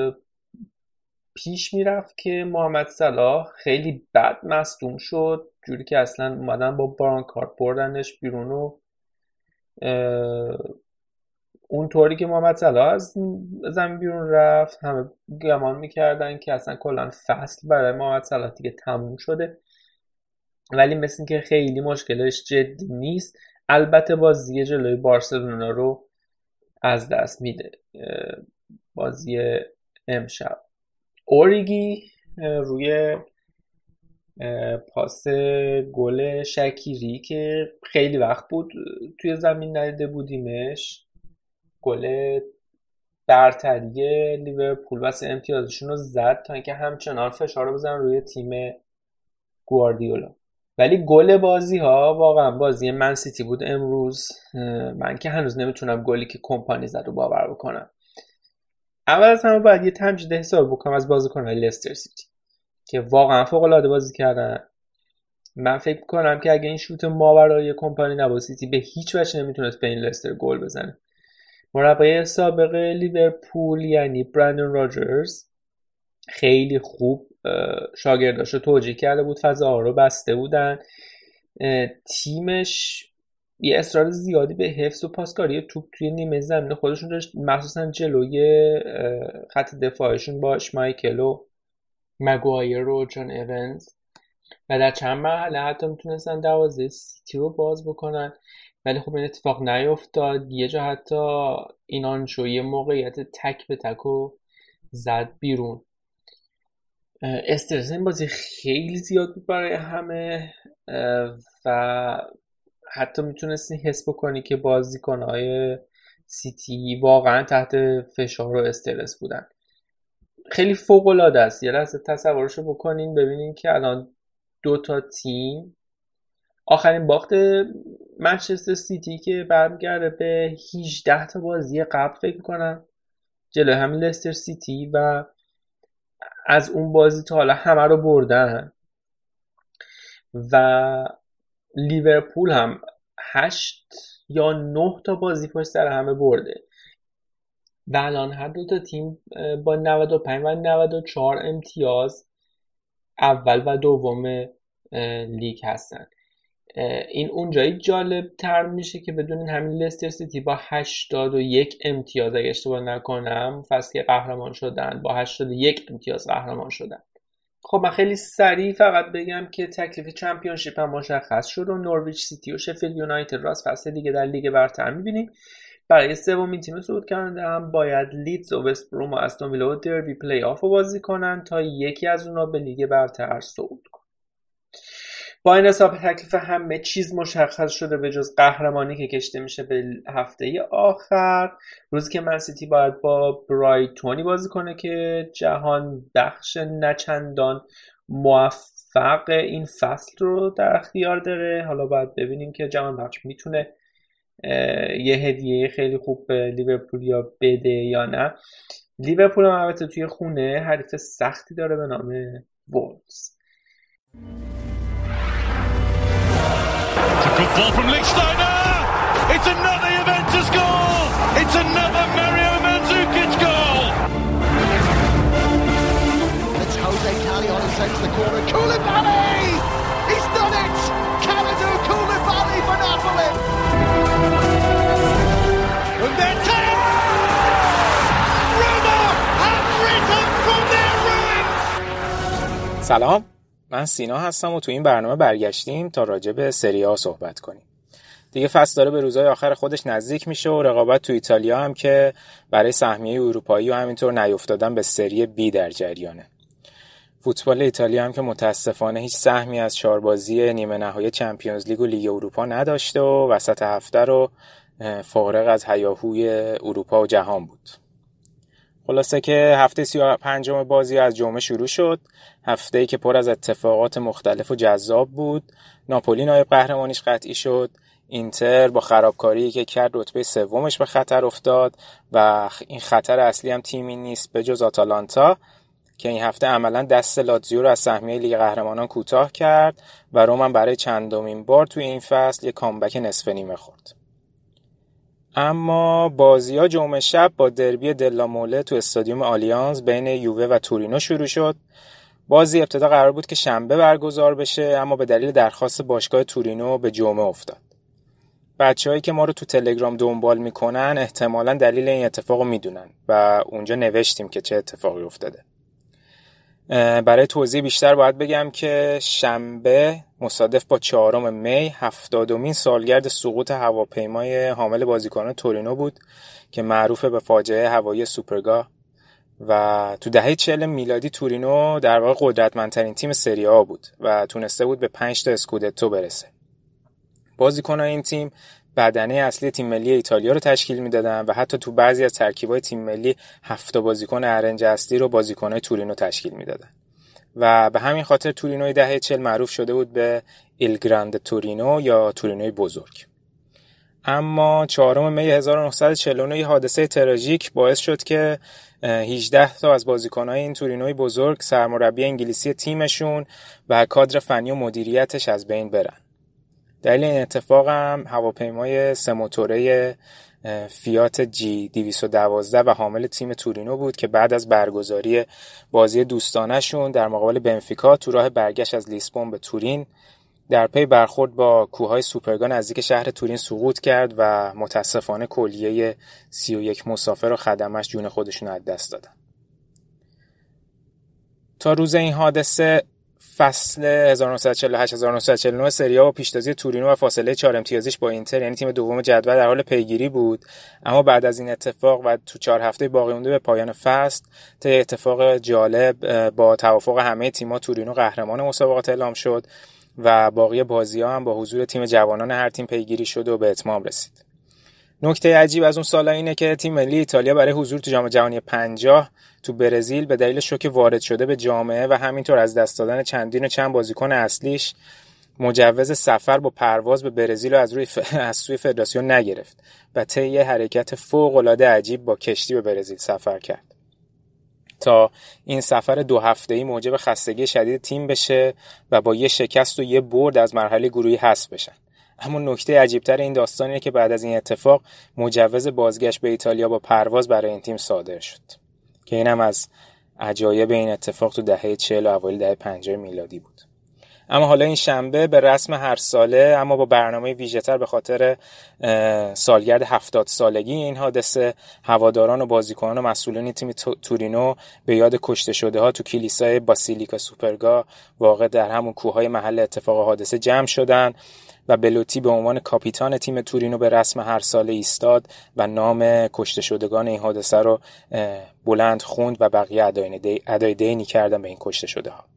پیش میرفت که محمد صلاح خیلی بد مصدوم شد، جوری که اصلا اومدن با برانکارد بردنش بیرون و اون طوری که محمد صلاح از زمین بیرون رفت همه گمان میکردن که اصلا کلا فصل برای محمد صلاح دیگه تموم شده، ولی مثل این که خیلی مشکلش جدی نیست. البته بازی جلوی بارسلونا رو از دست میده. بازی امشب اوریگی روی پاس گل شکیری که خیلی وقت بود توی زمین ندیده بودیمش، گل برتری لیورپول واسه امتیازشون رو زد تا اینکه همچنان فشار رو بزنن روی تیم گواردیولا. ولی گل بازی ها واقعا بازی من سیتی بود امروز. من که هنوز نمیتونم گلی که کمپانی زد رو باور بکنم. اول از همه باید یه تمجید حساب بکنم از بازیکن‌های لستر سیتی که واقعا فوق‌العاده بازی کردن. من فکر می‌کنم که اگه این شوت ماورای کمپانی نبود سیتی به هیچ وجه نمیتونست به این لستر گل بزنه. مربی سابق لیورپول یعنی برندن راجرز خیلی خوب شاگرداشو توجیه کرده بود، فضاها رو بسته بودن، تیمش یه اصرار زیادی به حفظ و پاسکاری توپ توی نیمه زمین خودشون داشت، مخصوصا جلوی خط دفاعشون با اشمایکل و مگوایر و جان ایونز و در چند مرحله حتی میتونستن دروازه سیتی رو باز بکنن، ولی خب این اتفاق نیفتاد. یه جا حتی اینانچو یه موقعیت تک به تک رو زد بیرون. استرس این بازی خیلی زیاد بود برای همه و حتی میتونستی حس بکنی که بازیکن‌های سیتی واقعا تحت فشار و استرس بودن. خیلی فوق‌العاده است. یه لحظه تصورشو بکنین ببینین که الان دو تا تیم آخرین باخت منچستر سیتی که برمیگرده به هجده تا بازی قبل فکر می‌کنم جلوی همین لستر سیتی و از اون بازی تا حالا همه رو بردن و لیورپول هم هشت یا نه تا بازی پشت سر همه برده و الان هر دو تا تیم با نود و پنج و نود و چهار امتیاز اول و دوم لیگ هستن. این اونجایی جالب تر میشه که بدونین همین لستر سیتی با هشتاد و یک امتیاز اگه اشتباه نکنم فصل که قهرمان شدن با هشتاد و یک امتیاز قهرمان شدن. خب من خیلی سریع فقط بگم که تکلیف چمپیونشیپ هم مشخص شد و نورویچ سیتی و شفیلد یونایتد راست فصل دیگه در لیگ برتر میبینیم. برای سومین تیم صعود کننده هم باید لیدز و وست بروم و استون ویلا و دربی پلی آف رو بازی کنن تا یکی از اونا به لیگ برتر صعود کنه. با این حساب تکلیف همه چیز مشخص شده به جز قهرمانی که کشته میشه به هفته آخر، روزی که من سیتی باید با برایتونی بازی کنه که جهان بخش نچندان موفق این فصل رو در اختیار داره. حالا باید ببینیم که جهان بخش میتونه یه هدیه خیلی خوب به لیورپولیا بده یا نه. لیورپول هم البته توی خونه حریف سختی داره به نام وولفز. It's a good ball from Lichtsteiner. It's another Juventus goal. It's another Mario Mandzukic goal. It's Jose Callejon who sends the corner. Koulibaly! He's done it! Kalidou Koulibaly for Napoli. And then Roma have risen from their ruins. سلام، من سینا هستم و تو این برنامه برگشتیم تا راجع به سری آ صحبت کنیم. دیگه فصل داره به روزهای آخر خودش نزدیک میشه و رقابت تو ایتالیا هم که برای سهمیه اروپایی و همینطور نیافتادن به سری بی در جریانه. فوتبال ایتالیا هم که متاسفانه هیچ سهمی از چهار بازی نیمه نهایی چمپیونز لیگ و لیگ اروپا نداشته و وسط هفته رو فارغ از هیاهوی اروپا و جهان بود. خلاصه که هفته سی و پنجم بازی از جمعه شروع شد، هفته‌ای که پر از اتفاقات مختلف و جذاب بود. ناپولی نایب قهرمانیش قطعی شد، اینتر با خرابکاری که کرد رتبه سومش به خطر افتاد و این خطر اصلی هم تیمی نیست به جز آتالانتا که این هفته عملا دست لاتزیو رو از سهمیه لیگ قهرمانان کوتاه کرد و روم هم برای چندمین بار توی این فصل یک کامبک نصف نیمه خورد. اما بازی‌ها جمعه شب با دربی دلاموله تو استادیوم آلیانز بین یووه و تورینو شروع شد. بازی ابتدا قرار بود که شنبه برگزار بشه اما به دلیل درخواست باشگاه تورینو به جمعه افتاد. بچه‌هایی که ما رو تو تلگرام دنبال میکنن احتمالاً دلیل این اتفاق رو میدونن و اونجا نوشتیم که چه اتفاقی افتاده. برای توضیح بیشتر باید بگم که شنبه مصادف با چهارم می هفتادمین سالگرد سقوط هواپیمای حامل بازیکنان تورینو بود که معروف به فاجعه هوایی سوپرگا و تو دهه چهل میلادی تورینو در واقع قدرتمندترین تیم سری آ بود و تونسته بود به پنج تا اسکودتو برسه. بازیکنان این تیم بدنه اصلی تیم ملی ایتالیا رو تشکیل میدادن و حتی تو بعضی از ترکیب‌های تیم ملی هفت تا بازیکن ارنج اصلی رو بازیکن‌های تورینو تشکیل میدادن و به همین خاطر تورینوی دهه چهل معروف شده بود به ایل گراند تورینو یا تورینوی بزرگ. اما چهارم می هزار و نهصد و چهل و نه یه حادثه تراژیک باعث شد که هجده تا از بازیکن‌های این تورینوی بزرگ، سرمربی انگلیسی تیمشون و کادر فنی و مدیریتش از بین برن. دلیل این اتفاق هم هواپیمای سه موتوره فیات جی دویست و دوازده و حامل تیم تورینو بود که بعد از برگزاری بازی دوستانه‌شون در مقابل بنفیکا تو راه برگشت از لیسبون به تورین در پی برخورد با کوههای سوپرگا نزدیک شهر تورین سقوط کرد و متاسفانه کلیه سی و یک مسافر و خدمش جون خودشون از دست دادن. تا روز این حادثه فصل هزار و نهصد و چهل و هشت هزار و نهصد و چهل و نه سری آ با پیشتازی تورینو و فاصله چهار امتیازیش با اینتر یعنی تیم دوم جدول در حال پیگیری بود، اما بعد از این اتفاق و تو چهار هفته باقی مونده به پایان فصل تا اتفاق جالب با توافق همه تیم‌ها تورینو قهرمان مسابقات اعلام شد و باقی بازی‌ها هم با حضور تیم جوانان هر تیم پیگیری شد و به اتمام رسید. نکته عجیب از اون سالا اینه که تیم ملی ایتالیا برای حضور تو جام جهانی پنجاه تو برزیل به دلیل شوک وارد شده به جامعه و همینطور از دست دادن چندین و چند بازیکن اصلیش مجوز سفر با پرواز به برزیل رو از روی ف... از سوی فدراسیون نگرفت و طی یه حرکت فوق‌العاده عجیب با کشتی به برزیل سفر کرد تا این سفر دو هفته‌ای موجب خستگی شدید تیم بشه و با یه شکست و یه برد از مرحله گروهی حذف بشن. اما نکته عجیب‌تر این داستان اینه که بعد از این اتفاق مجوز بازگشت به ایتالیا با پرواز برای این تیم صادر شد که اینم از عجایب این اتفاق تو دهه چهل و اوایل دهه پنجاه میلادی بود. اما حالا این شنبه به رسم هر ساله اما با برنامه ویژه‌تر به خاطر سالگرد هفتاد سالگی این حادثه، هواداران و بازیکنان و مسئولین تیم تورینو به یاد کشته شده ها تو کلیسای باسیلیکا سوپرگا واقع در همون کوههای محل اتفاق حادثه جمع شدن و بلوتی به عنوان کاپیتان تیم تورینو به رسم هر ساله ایستاد و نام کشته شدگان این حادثه رو بلند خوند و بقیه ادای دینی کردن به این کشته شده ها.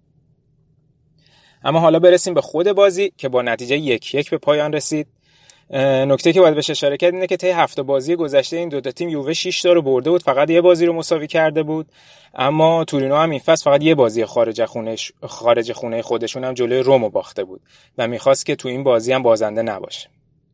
اما حالا برسیم به خود بازی که با نتیجه یک یک به پایان رسید. نکته که باید بهش اشاره کرد اینه که طی هفت بازی گذشته این دو تا تیم یووه شش تا رو برده بود، فقط یه بازی رو مساوی کرده بود، اما تورینو هم این فصل فقط یه بازی خارج خونه خارج خونه خودشون هم جلوی رومو باخته بود و می‌خواست که تو این بازی هم بازنده نباشه.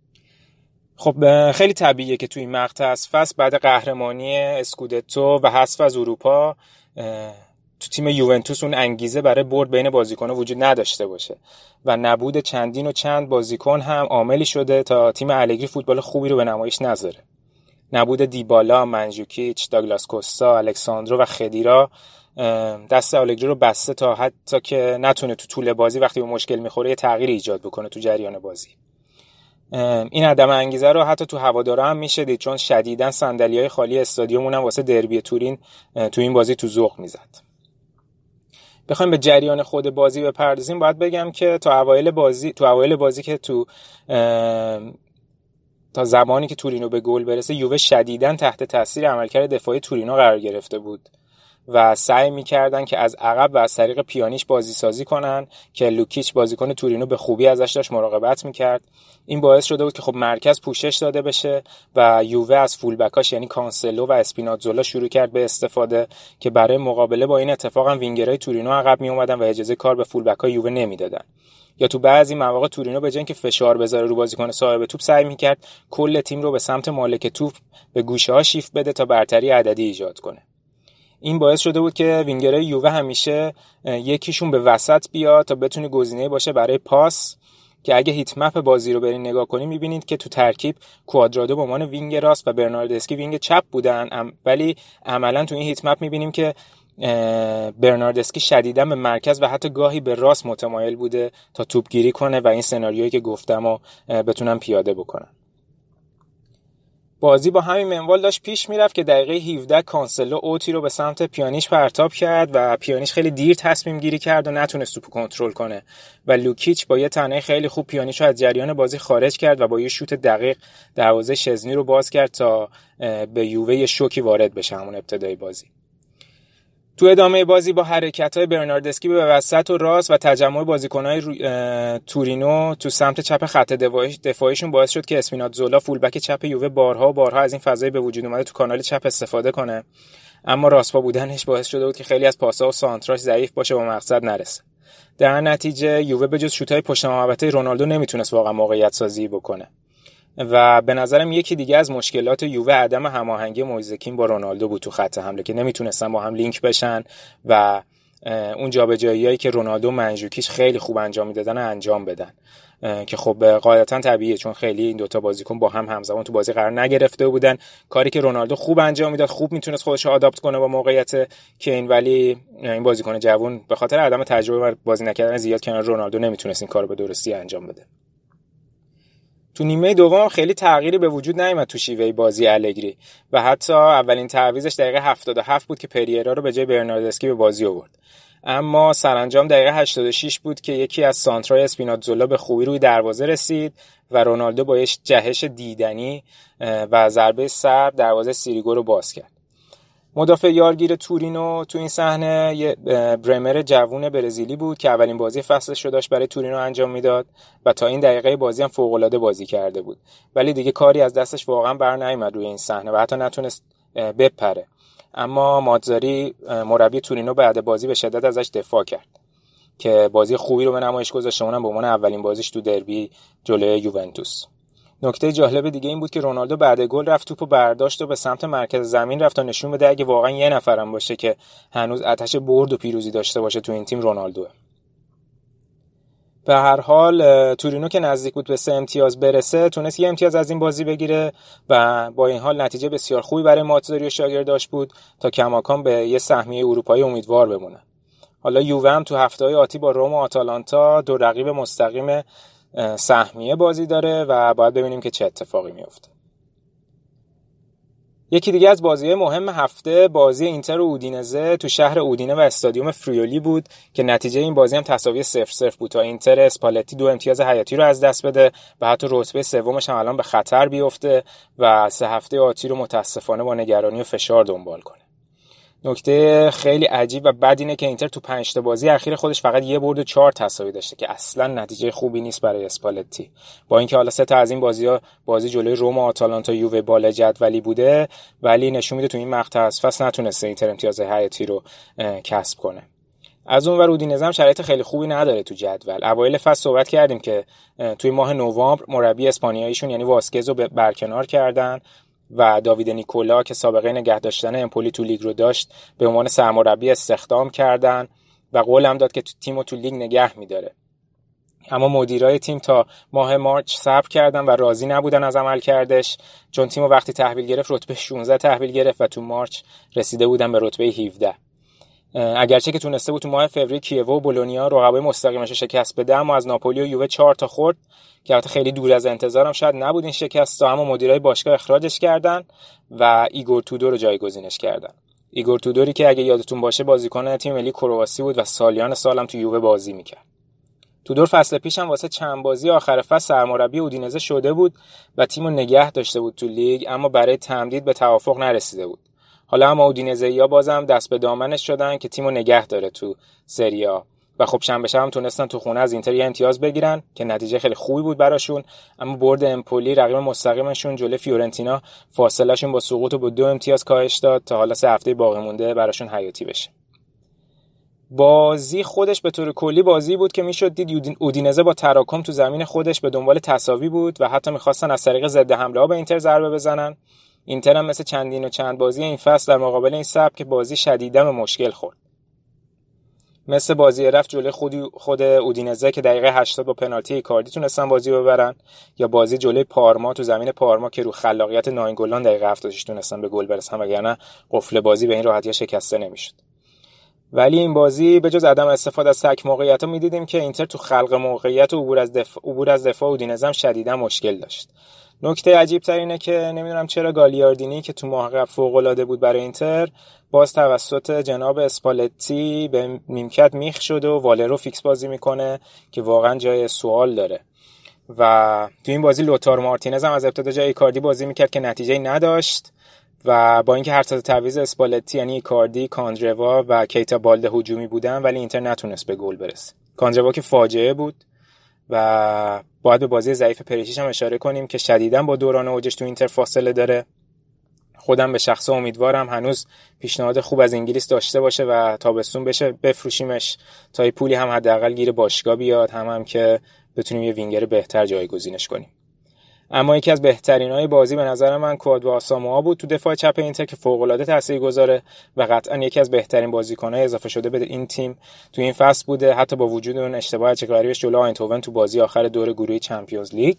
خب خیلی طبیعیه که تو این مقطع از فصل بعد قهرمانی اسکودتو و حذف از اروپا تو تیم یوونتوس اون انگیزه برای برد بین بازیکن‌ها وجود نداشته باشه و نبود چندین و چند بازیکن هم عاملی شده تا تیم الگری فوتبال خوبی رو به نمایش نذاره. نبود دیبالا، منجوکیچ، داگلاس کوستا، الکساندرو و خدیرا دست الگری رو بسته تا حتی که نتونه تو طول بازی وقتی به مشکل میخوره یه تغییر ایجاد بکنه تو جریان بازی. این عدم انگیزه رو حتی تو هوادارا هم میشه دید، چون شدیداً صندلی‌های خالی استادیومون هم واسه دربی تورین تو این بازی تو ذوق میزد. بخوایم به جریان خود بازی بپردازیم باید بگم که تا اوایل بازی تو اوایل بازی که تو تا زمانی که تورینو به گل برسه یووه شدیداً تحت تاثیر عملکرد دفاعی تورینو قرار گرفته بود و سعی می‌کردن که از عقب و از طریق پیانیش بازی سازی کنن که لوکیچ بازیکن تورینو به خوبی ازش داشت مراقبت می‌کرد. این باعث شده بود که خب مرکز پوشش داده بشه و یووه از فول بکاش یعنی کانسلو و اسپیناتزولا شروع کرد به استفاده که برای مقابله با این اتفاق هم وینگرهای تورینو عقب می‌اومدن و اجازه کار به فول بک‌های یووه نمیدادن. یا تو بعضی مواقع تورینو به جای اینکه فشار بذاره رو بازیکن صاحب توپ سعی میکرد کل تیم رو به سمت مالک توپ به گوشه‌ها شیفت بده تا برتری عددی ایجاد کنه. این باعث شده بود که وینگرهای یووه همیشه یکیشون به وسط بیاد تا بتونه گزینه‌ای باشه برای پاس، که اگه هیت مپ بازی رو برین نگاه کنین می‌بینید که تو ترکیب کوادرادو به عنوان وینگ راست و برناردسکی وینگ چپ بودن، ولی عملاً تو این هیت مپ می‌بینیم که برناردسکی شدیداً به مرکز و حتی گاهی به راست متمایل بوده تا توپگیری کنه و این سناریویی که گفتم رو بتونن پیاده بکنن. بازی با همین منوال داشت پیش میرفت که دقیقه هفده کانسلو اوتی رو به سمت پیانیش پرتاب کرد و پیانیش خیلی دیر تصمیم گیری کرد و نتونست توپو کنترل کنه و لوکیچ با یه تنه خیلی خوب پیانیش رو از جریان بازی خارج کرد و با یه شوت دقیق دروازه شزنی رو باز کرد تا به یووه یه شوکی وارد بشه همون ابتدای بازی. تو ادامه بازی با حرکت‌های برناردسکی به وسط و راست و تجمع بازیکن‌های تورینو تو سمت چپ خط دفاعیشون باعث شد که اسپیناتزولا فولبک چپ یووه بارها و بارها از این فضای به وجود اومده تو کانال چپ استفاده کنه، اما راست‌پا بودنش باعث شده بود که خیلی از پاس‌ها و سانتراش ضعیف باشه و به مقصد نرسه. در نتیجه یووه به جز شوت‌های پشت محوطه رونالدو نمیتونست واقعا موقعیت سازی بکنه و به نظرم یکی دیگه از مشکلات یووه عدم هماهنگی مویزکین با رونالدو بود تو خط حمله که نمیتونستن با هم لینک بشن و اون جابجاییایی که رونالدو و منجوکیش خیلی خوب انجام میدادن انجام بدن، که خب قاعدتا طبیعیه چون خیلی این دوتا بازیکن با هم همزمان تو بازی قرار نگرفته بودن. کاری که رونالدو خوب انجام میداد، خوب میتونست خودش رو آداپت کنه با موقعیت کین، ولی این بازیکن جوان به خاطر عدم تجربه و بازی نکردن زیاد کنار رونالدو نمیتونست این کارو به درستی انجام بده. تو نیمه دوم خیلی تغییری به وجود نیامد تو شیوه بازی الگری و حتی اولین تعویضش دقیقه هفتاد و هفت بود که پریرا رو به جای برناردسکی به بازی آورد، اما سرانجام دقیقه هشتاد و شش بود که یکی از سانترای اسپیناتزولا به خوبی روی دروازه رسید و رونالدو با یک جهش دیدنی و ضربه سر دروازه سیریگو رو باز کرد. مدافع یارگیر تورینو تو این صحنه یه برمر جوون برزیلی بود که اولین بازی فصلش رو داشت برای تورینو انجام میداد و تا این دقیقه بازی هم فوق‌العاده بازی کرده بود، ولی دیگه کاری از دستش واقعا بر نیامد روی این صحنه و حتی نتونست بپره. اما ماتزاری مربی تورینو بعد بازی به شدت ازش دفاع کرد که بازی خوبی رو به نمایش گذاشت، اونم به عنوان اولین بازیش تو دربی جلوی یوونتوس. نکته جالب دیگه این بود که رونالدو بعد گل رفت توپو برداشت و به سمت مرکز زمین رفت تا نشون بده اگه واقعا یه نفرم باشه که هنوز آتش برد و پیروزی داشته باشه تو این تیم رونالدوه. به هر حال تورینو که نزدیک بود به سه امتیاز برسه تونست یه امتیاز از این بازی بگیره و با این حال نتیجه بسیار خوبی برای ماتزاری و شاگرداش بود تا کماکان به یه سهمیه اروپایی امیدوار بمونه. حالا یووه هم تو هفته‌های آتی با روم و آتالانتا دو رقیب مستقیم سهمیه بازی داره و باید ببینیم که چه اتفاقی میفته. یکی دیگه از بازی‌های مهم هفته بازی اینتر و اودینزه تو شهر اودینه و استادیوم فریولی بود که نتیجه این بازی هم تساوی صفر صفر بود تا اینتر اسپالتی دو امتیاز حیاتی رو از دست بده و حتی رتبه سومش هم الان به خطر بیفته و سه هفته آتی رو متاسفانه با نگرانی و فشار دنبال کنه. نکته خیلی عجیب و بد اینه که اینتر تو پنج تا بازی اخیر خودش فقط یه برد و چهار تساوی داشته که اصلا نتیجه خوبی نیست برای اسپالتی. با اینکه حالا سه تا از این بازی‌ها بازی جلوی روم و آتالانتا یووه بالا جدولی بوده، ولی نشون میده تو این مقطع از فصل نتونسته اینتر امتیاز حیاتی رو کسب کنه. از اون ور اودینزه هم شرایط خیلی خوبی نداره تو جدول. اوایل فصل صحبت کردیم که توی ماه نوامبر مربی اسپانیاییشون یعنی واسکز رو برکنار کردن و داوید نیکولا که سابقه نگه داشتن امپولی تو لیگ رو داشت به عنوان سرمربی استخدام کردن و قول هم داد که تیمو تو لیگ نگه میداره. اما مدیرای تیم تا ماه مارچ صبر کردن و راضی نبودن از عمل کردش، چون تیمو وقتی تحویل گرفت رتبه شانزده تحویل گرفت و تو مارچ رسیده بودن به رتبه هفده. اگرچه که تونسته بود تو ماه فوریه کیوو و بولونیا رقبای مستقیمش رو شکست بده، اما از ناپولی و یووه چهار تا خورد که البته خیلی دور از انتظارم شاید نبود این شکست، اما مدیرای باشگاه اخراجش کردن و ایگور تودور رو جایگزینش کردن. ایگور تودوری که اگه یادتون باشه بازیکن تیم ملی کرواسی بود و سالیان سالم تو یووه بازی میکرد. تودور فصل پیش هم واسه چند بازی آخر فصل سرمربی اودینزه شده بود و تیمو نگه داشته بود تو لیگ، اما برای تمدید به توافق نرسیده بود. حالا هم اودینزه‌یا بازم دست به دامنش شدن که تیمو نگه داره تو سری آ و خب شنبه شب هم تونستن تو خونه از اینتر یه امتیاز بگیرن که نتیجه خیلی خوبی بود براشون، اما برد امپولی رقیب مستقیمشون جلوی فیورنتینا فاصله‌شون با سقوط رو به دو امتیاز کاهش داد تا حالا سه هفته باقی مونده براشون حیاتی بشه. بازی خودش به طور کلی بازی بود که میشد دید اودینزه با تراکم تو زمین خودش به دنبال تساوی بود و حتی میخواستن از طریق ضد حمله ها به اینتر ضربه بزنن. اینتر هم مثل چندین و چند بازی این فصل در مقابل این سبک بازی شدیداً به مشکل خورد. مثل بازی رفت جلوی خود خود اودینزه که دقیقه هشتاد با پنالتی ایکاردی تونستن بازی رو ببرن، یا بازی جلوی پارما تو زمین پارما که رو خلاقیت ناینگولان دقیقه هفتاد و شش تونستن به گل برسن، وگرنه قفل بازی به این راحتی شکسته نمیشد. ولی این بازی به جز عدم استفاده از تک موقعیت‌ها می‌دیدیم که اینتر تو خلق موقعیت و عبور از دفاع عبور از دفاع اودینزه هم شدیداً مشکل داشت. نکته عجیب‌تر اینه که نمیدونم چرا گالیاردینی که تو ماه قبل فوق‌العاده بود برای اینتر باز توسط جناب اسپالتی به نیمکت میخ شده و والرو فیکس بازی میکنه که واقعا جای سوال داره. و تو این بازی لوتار مارتینز هم از ابتدا جای ایکاردی بازی میکرد که نتیجه‌ای نداشت و با اینکه هر سه تعویض اسپالتی یعنی ایکاردی، کاندروا و کیتا بالده هجومی بودن ولی اینتر نتونست به گل برسه. کاندروا که فاجعه بود و باید به بازی ضعیف پریشیچ هم اشاره کنیم که شدیداً با دوران اوجش تو اینتر فاصله داره. خودم به شخصه امیدوارم هنوز پیشنهاد خوب از انگلیس داشته باشه و تابستون بشه بفروشیمش تا یه پولی هم حداقل گیر باشگاه بیاد، هم هم که بتونیم یه وینگر بهتر جایگزینش کنیم. اما یکی از بهترینای بازی به نظر من کوادرو آساموا بود تو دفاع چپ اینتر که فوق‌العاده تاثیرگذاره و قطعا یکی از بهترین بازیکن‌های اضافه شده به این تیم تو این فصل بوده، حتی با وجود اون اشتباه عجیب غریبش جلوی آینتوون تو بازی آخر دور گروهی چمپیونز لیگ.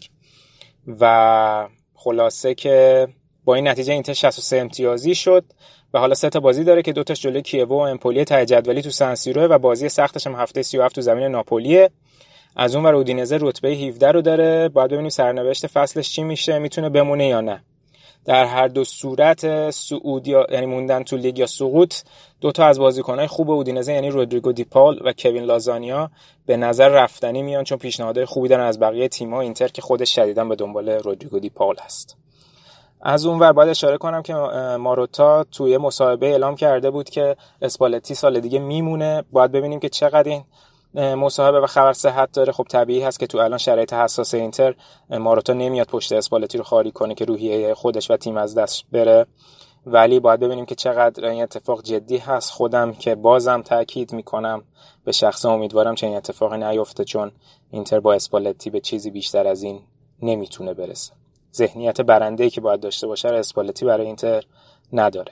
و خلاصه که با این نتیجه اینتر شصت و سه امتیازی شد و حالا سه تا بازی داره که دوتاش جلوی کیوو و امپولی ته جدولی تو سن سیرو و بازی سختش هم هفته سی و هفت تو زمین ناپولیه. از اون ور اودینزه رتبه هفده رو داره، باید ببینیم سرنوشت فصلش چی میشه، میتونه بمونه یا نه. در هر دو صورت صعود یا یعنی موندن تو لیگ یا سقوط، دو تا از بازیکن‌های خوب اودینزه یعنی رودریگو دی پال و کوین لازانیا به نظر رفتنی میان، چون پیشنهادهای خوبی دارن از بقیه تیم‌ها اینتر که خودش شدیداً به دنبال رودریگو دی پال هست. از اون ور باید اشاره کنم که ماروتا توی مصاحبه اعلام کرده بود که اسپالتی سال دیگه میمونه. باید ببینیم که چقدر این مصاحبه و خبر صحت داره. خب طبیعی هست که تو الان شرایط حساس اینتر ماروتا نمیاد پشت اسپالتی رو خالی کنه که روحیه خودش و تیم از دست بره، ولی باید ببینیم که چقدر این اتفاق جدی هست. خودم که بازم تاکید میکنم به شخص امیدوارم چه این اتفاقی نیفته، چون اینتر با اسپالتی به چیزی بیشتر از این نمیتونه برسه. ذهنیت برنده‌ای که باید داشته باشه اسپالتی برای اینتر نداره.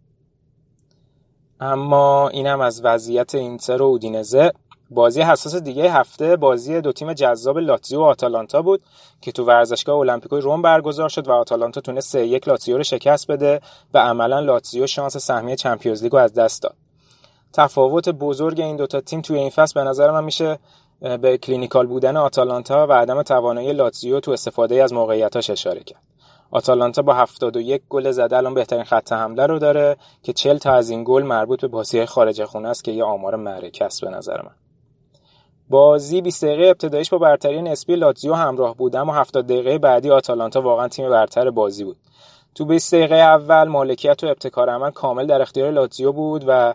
اما اینم از وضعیت اینتر و اودینزه. بازی حساس دیگه هفته بازی دو تیم جذاب لاتزیو و آتالانتا بود که تو ورزشگاه المپیکوی روم برگزار شد و آتالانتا تونست سه یک لاتزیو رو شکست بده و عملاً لاتزیو شانس سهمیه چمپیونز لیگ رو از دست داد. تفاوت بزرگ این دوتا تیم توی این فصل به نظر من میشه به کلینیکال بودن آتالانتا و عدم توانایی لاتزیو تو استفاده از موقعیتاش اشاره کرد. آتالانتا با هفتاد و یک گل زده الان بهترین خط حمله رو داره که چهل تا از این گل مربوط به بازی‌های خارج خونه است که یه آمار معرکه است به نظر من. بازی بیست دقیقه ابتداییش با برتری نسبی لاتزیو همراه بود، اما هفتاد دقیقه بعدی آتالانتا واقعا تیم برتر بازی بود. تو بیست دقیقه اول مالکیت و ابتکار عمل کامل در اختیار لاتزیو بود و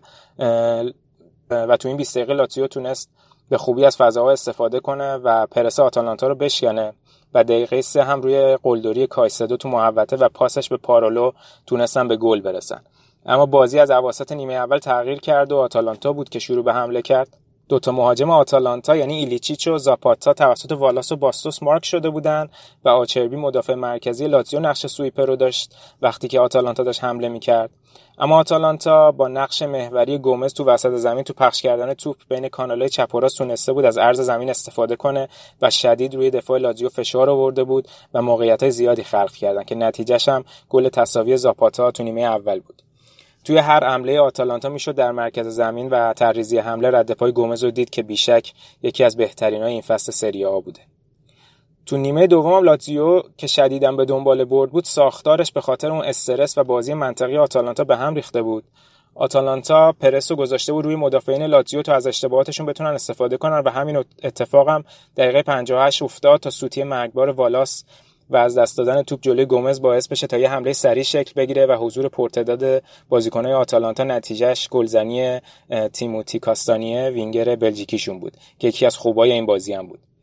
و تو این بیست دقیقه لاتزیو تونست به خوبی از فضاها استفاده کنه و پرس آتالانتا رو بشکنه و دقیقه سه هم روی قلدری کایسدو تو محوطه و پاسش به پارولو تونستن به گل برسن. اما بازی از اواسط نیمه اول تغییر کرد و آتالانتا بود که شروع به حمله کرد. دوتا مهاجم آتالانتا یعنی ایلیچیچ و زاپاتا توسط والاس و باستوس مارک شده بودن و آچربی مدافع مرکزی لاتزیو نقش سویپر رو داشت وقتی که آتالانتا داشت حمله میکرد. اما آتالانتا با نقش محوری گومز تو وسط زمین تو پخش کردن توپ بین کانالای چپ و راست تونسته بود از عرض زمین استفاده کنه و شدید روی دفاع لاتزیو فشار آورده بود و موقعیت‌های زیادی خلق کردن که نتیجهش هم گل تساوی زاپاتا تو نیمه اول بود. توی هر حمله آتالانتا میشد در مرکز زمین و تعریضی حمله رد پای گومز رو دید که بیشک یکی از بهترینای این فصل سری آ بوده. تو نیمه دوم لاتزیو که شدیداً به دنبال برد بود، ساختارش به خاطر اون استرس و بازی منطقی آتالانتا به هم ریخته بود. آتالانتا پرس رو گذاشته بود روی مدافعین لاتزیو تا از اشتباهاتشون بتونن استفاده کنن و همین اتفاق هم دقیقه پنجاه و هشت افتاد تا سوتی مرگبار والاس و از دست دادن توپ جلوی گومز باعث بشه تا یه حمله سریع شکل بگیره و حضور پرتعداد بازیکن‌های آتالانتا نتیجهش گلزنی تیموتی کاستانیه وینگر بلژیکیشون بود که یکی از خوبای این بازی هم بود.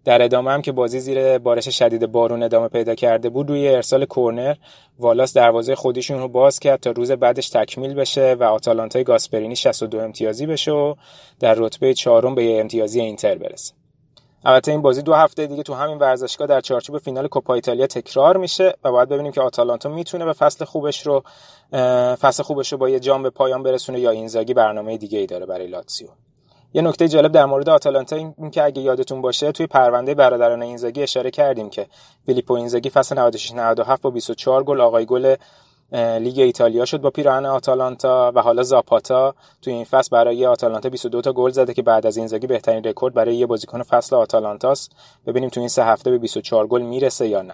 در ادامه هم که بازی زیر بارش شدید بارون ادامه پیدا کرده بود، روی ارسال کورنر والاس دروازه خودشون رو باز کرد تا روز بعدش تکمیل بشه و آتالانتای گاسپرینی شصت و دو امتیازی بشه و در رتبه چهارم به یه امتیازی اینتر برسه. البته این بازی دو هفته دیگه تو همین ورزشگاه در چارچوب فینال کوپا ایتالیا تکرار میشه و باید ببینیم که آتالانتا میتونه به فصل خوبش رو فصل خوبش رو با یه جام به پایان برسونه یا اینزاگی برنامه دیگه‌ای داره برای لاتزیو. یه نکته جالب در مورد آتالانتا این که اگه یادتون باشه توی پرونده برادران اینزاگی اشاره کردیم که فیلیپو اینزاگی فصل نود و شش نود و هفت با بیست و چهار گل آقای گل لیگ ایتالیا شد با پیراهن آتالانتا و حالا زاپاتا توی این فصل برای آتالانتا بیست و دو تا گل زده که بعد از اینزاگی بهترین رکورد برای یه بازیکن فصل آتالانتاست. ببینیم توی این سه هفته به بیست و چهار گل میرسه یا نه.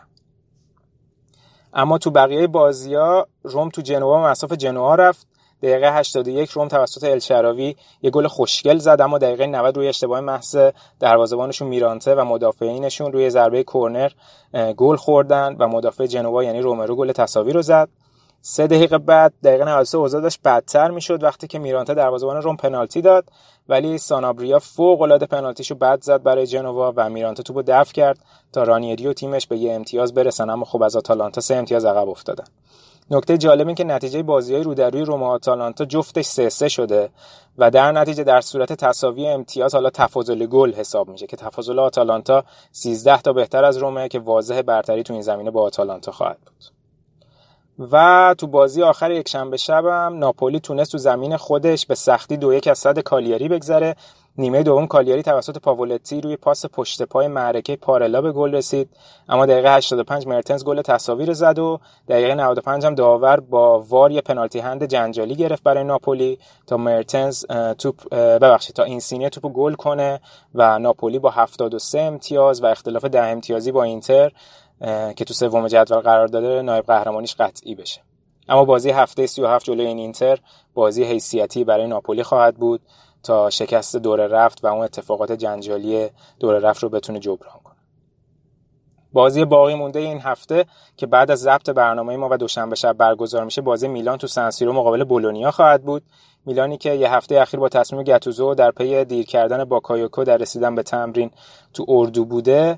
اما تو بقیه بازی‌ها روم تو جنوا مساف جنوا رفت. دقیقه هشتاد و یک روم توسط الشراوی یه گل خوشگل زد، اما دقیقه نود روی اشتباه محض دروازه‌بانشون میرانته و مدافعینشون روی ضربه کرنر گل خوردن و مدافع جنوا یعنی رومرو گل تساوی رو زد. سه دقیقه بعد دقیقه نود و سه اوضاع داشت بدتر میشد وقتی که میرانته دروازه‌بان روم پنالتی داد، ولی سانابریا فوق‌العاده پنالتیشو بد زد برای جنوا و میرانته توپو دفع کرد تا رانیری و تیمش به یه امتیاز برسن، اما خب از آتالانتا سه امتیاز عقب افتادن. نکته جالب این که نتیجه بازی‌های رو در روی روم و آتالانتا جفتش سه سه شده و در نتیجه در صورت تساوی امتیاز حالا تفاضل گل حساب میشه که تفاضل آتالانتا سیزده تا بهتر از رومه که واضح برتری تو این زمینه با آتالانتا خواهد بود. و تو بازی آخر یک شنبه شبم ناپولی تونست تو زمین خودش به سختی دو یک از صد کالیاری بگذره. نیمه دوم کالیاری توسط پاولتی روی پاس پشت پای معرکه پارلا به گل رسید، اما دقیقه هشتاد و پنج مرتنز گل تساوی رو زد و دقیقه نود و پنج هم داور با وار یه پنالتی هند جنجالی گرفت برای ناپولی تا مرتنز توپ ببخشید تا اینسینیه توپو گل کنه و ناپولی با هفتاد و سه امتیاز و اختلاف ده امتیازی با اینتر که تو سوم جدول قرار داده نایب قهرمانیش قطعی بشه. اما بازی هفته سی و هفت جلوی این اینتر بازی حیثیتی برای ناپولی خواهد بود تا شکست دور رفت و اون اتفاقات جنجالی دور رفت رو بتونه جبران کنه. بازی باقی مونده این هفته که بعد از ضبط برنامه ما و دوشنبه شب برگزار میشه بازی میلان تو سن سیرو مقابل بولونیا خواهد بود. میلانی که یه هفته اخیر با تصمیم گاتوزو در پی دیر کردن باکایوکو در رسیدن به تمرین تو اردو بوده،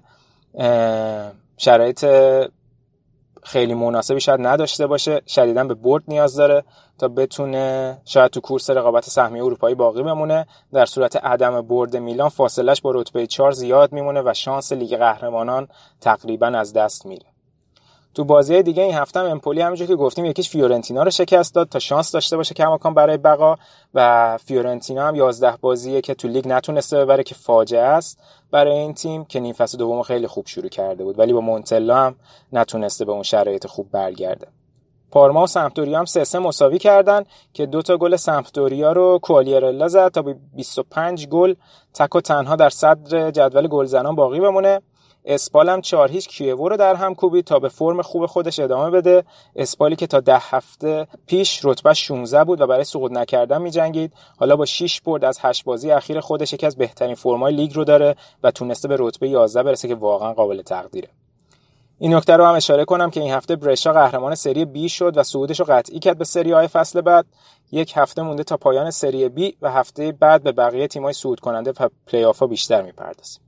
شرایط خیلی مناسبی شاید نداشته باشه، شدیداً به برد نیاز داره تا بتونه شاید تو کورس رقابت سهمیه اروپایی باقی بمونه. در صورت عدم برد میلان فاصلش با رتبه چهار زیاد میمونه و شانس لیگ قهرمانان تقریباً از دست میره. تو بازی دیگه این هفته هم امپولی همونجوری که گفتیم یکیش فیورنتینا رو شکست داد تا شانس داشته باشه کماکان برای بقا و فیورنتینا هم یازده بازیه که تو لیگ نتونسته ببره که فاجعه است برای این تیم که نیم فصل دوم خیلی خوب شروع کرده بود ولی با مونتلا هم نتونسته به اون شرایط خوب برگرده. پارما و سمپدوریا هم سه سه مساوی کردن که دو تا گل سمپدوریا رو کوالیرلا زد تا به بیست و پنج گل تک و تنها در صدر جدول گلزنان باقی بمونه. اسپال هم چهار هیچ کیوو رو در هم کوبید تا به فرم خوب خودش ادامه بده. اسپالی که تا ده هفته پیش رتبه شانزده بود و برای سقوط نکردن می‌جنگید، حالا با شش برد از هشت بازی اخیر خودش یکی از بهترین فرم‌های لیگ رو داره و تونسته به رتبه یازده برسه که واقعا قابل تقدیره. این نکته رو هم اشاره کنم که این هفته برشا قهرمان سری بی شد و صعودش رو قطعی کرد به سری آ فصل بعد. یک هفته مونده تا پایان سری بی و هفته بعد به بقیه تیم‌های صعود کننده و پلی آف‌ها بیشتر می‌پردازیم.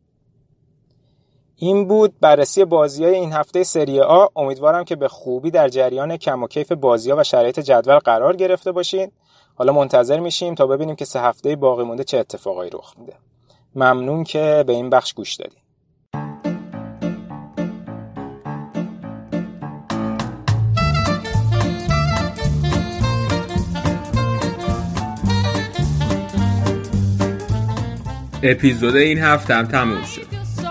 این بود بررسی بازی‌های این هفته سری آ. امیدوارم که به خوبی در جریان کم و کیف بازی‌ها و شرایط جدول قرار گرفته باشین. حالا منتظر میشیم تا ببینیم که سه هفته باقی مونده چه اتفاقایی رخ میده. ممنون که به این بخش گوش دادین. اپیزود این هفته هم تموم شد.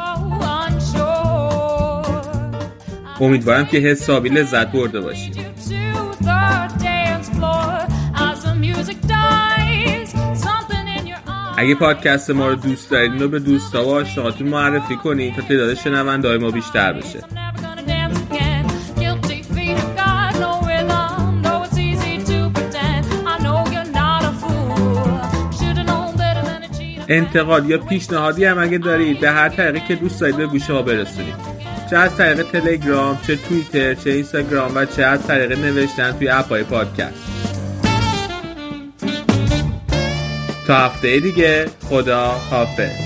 امیدوارم که حسابی لذت برده باشید. اگه پادکست ما رو دوست دارید رو به دوستا و آشناهاتون معرفی کنید تا تعداد شنونده‌های ما بیشتر بشه. انتقاد یا پیشنهادی هم اگه دارید به هر طریقی که دوست دارید به گوش ما برسونید، چه از طریق تلگرام، چه توییتر، چه اینستاگرام و چه از طریق نوشتن توی اپ‌های پادکست. تا هفته دیگه، خدا حافظ.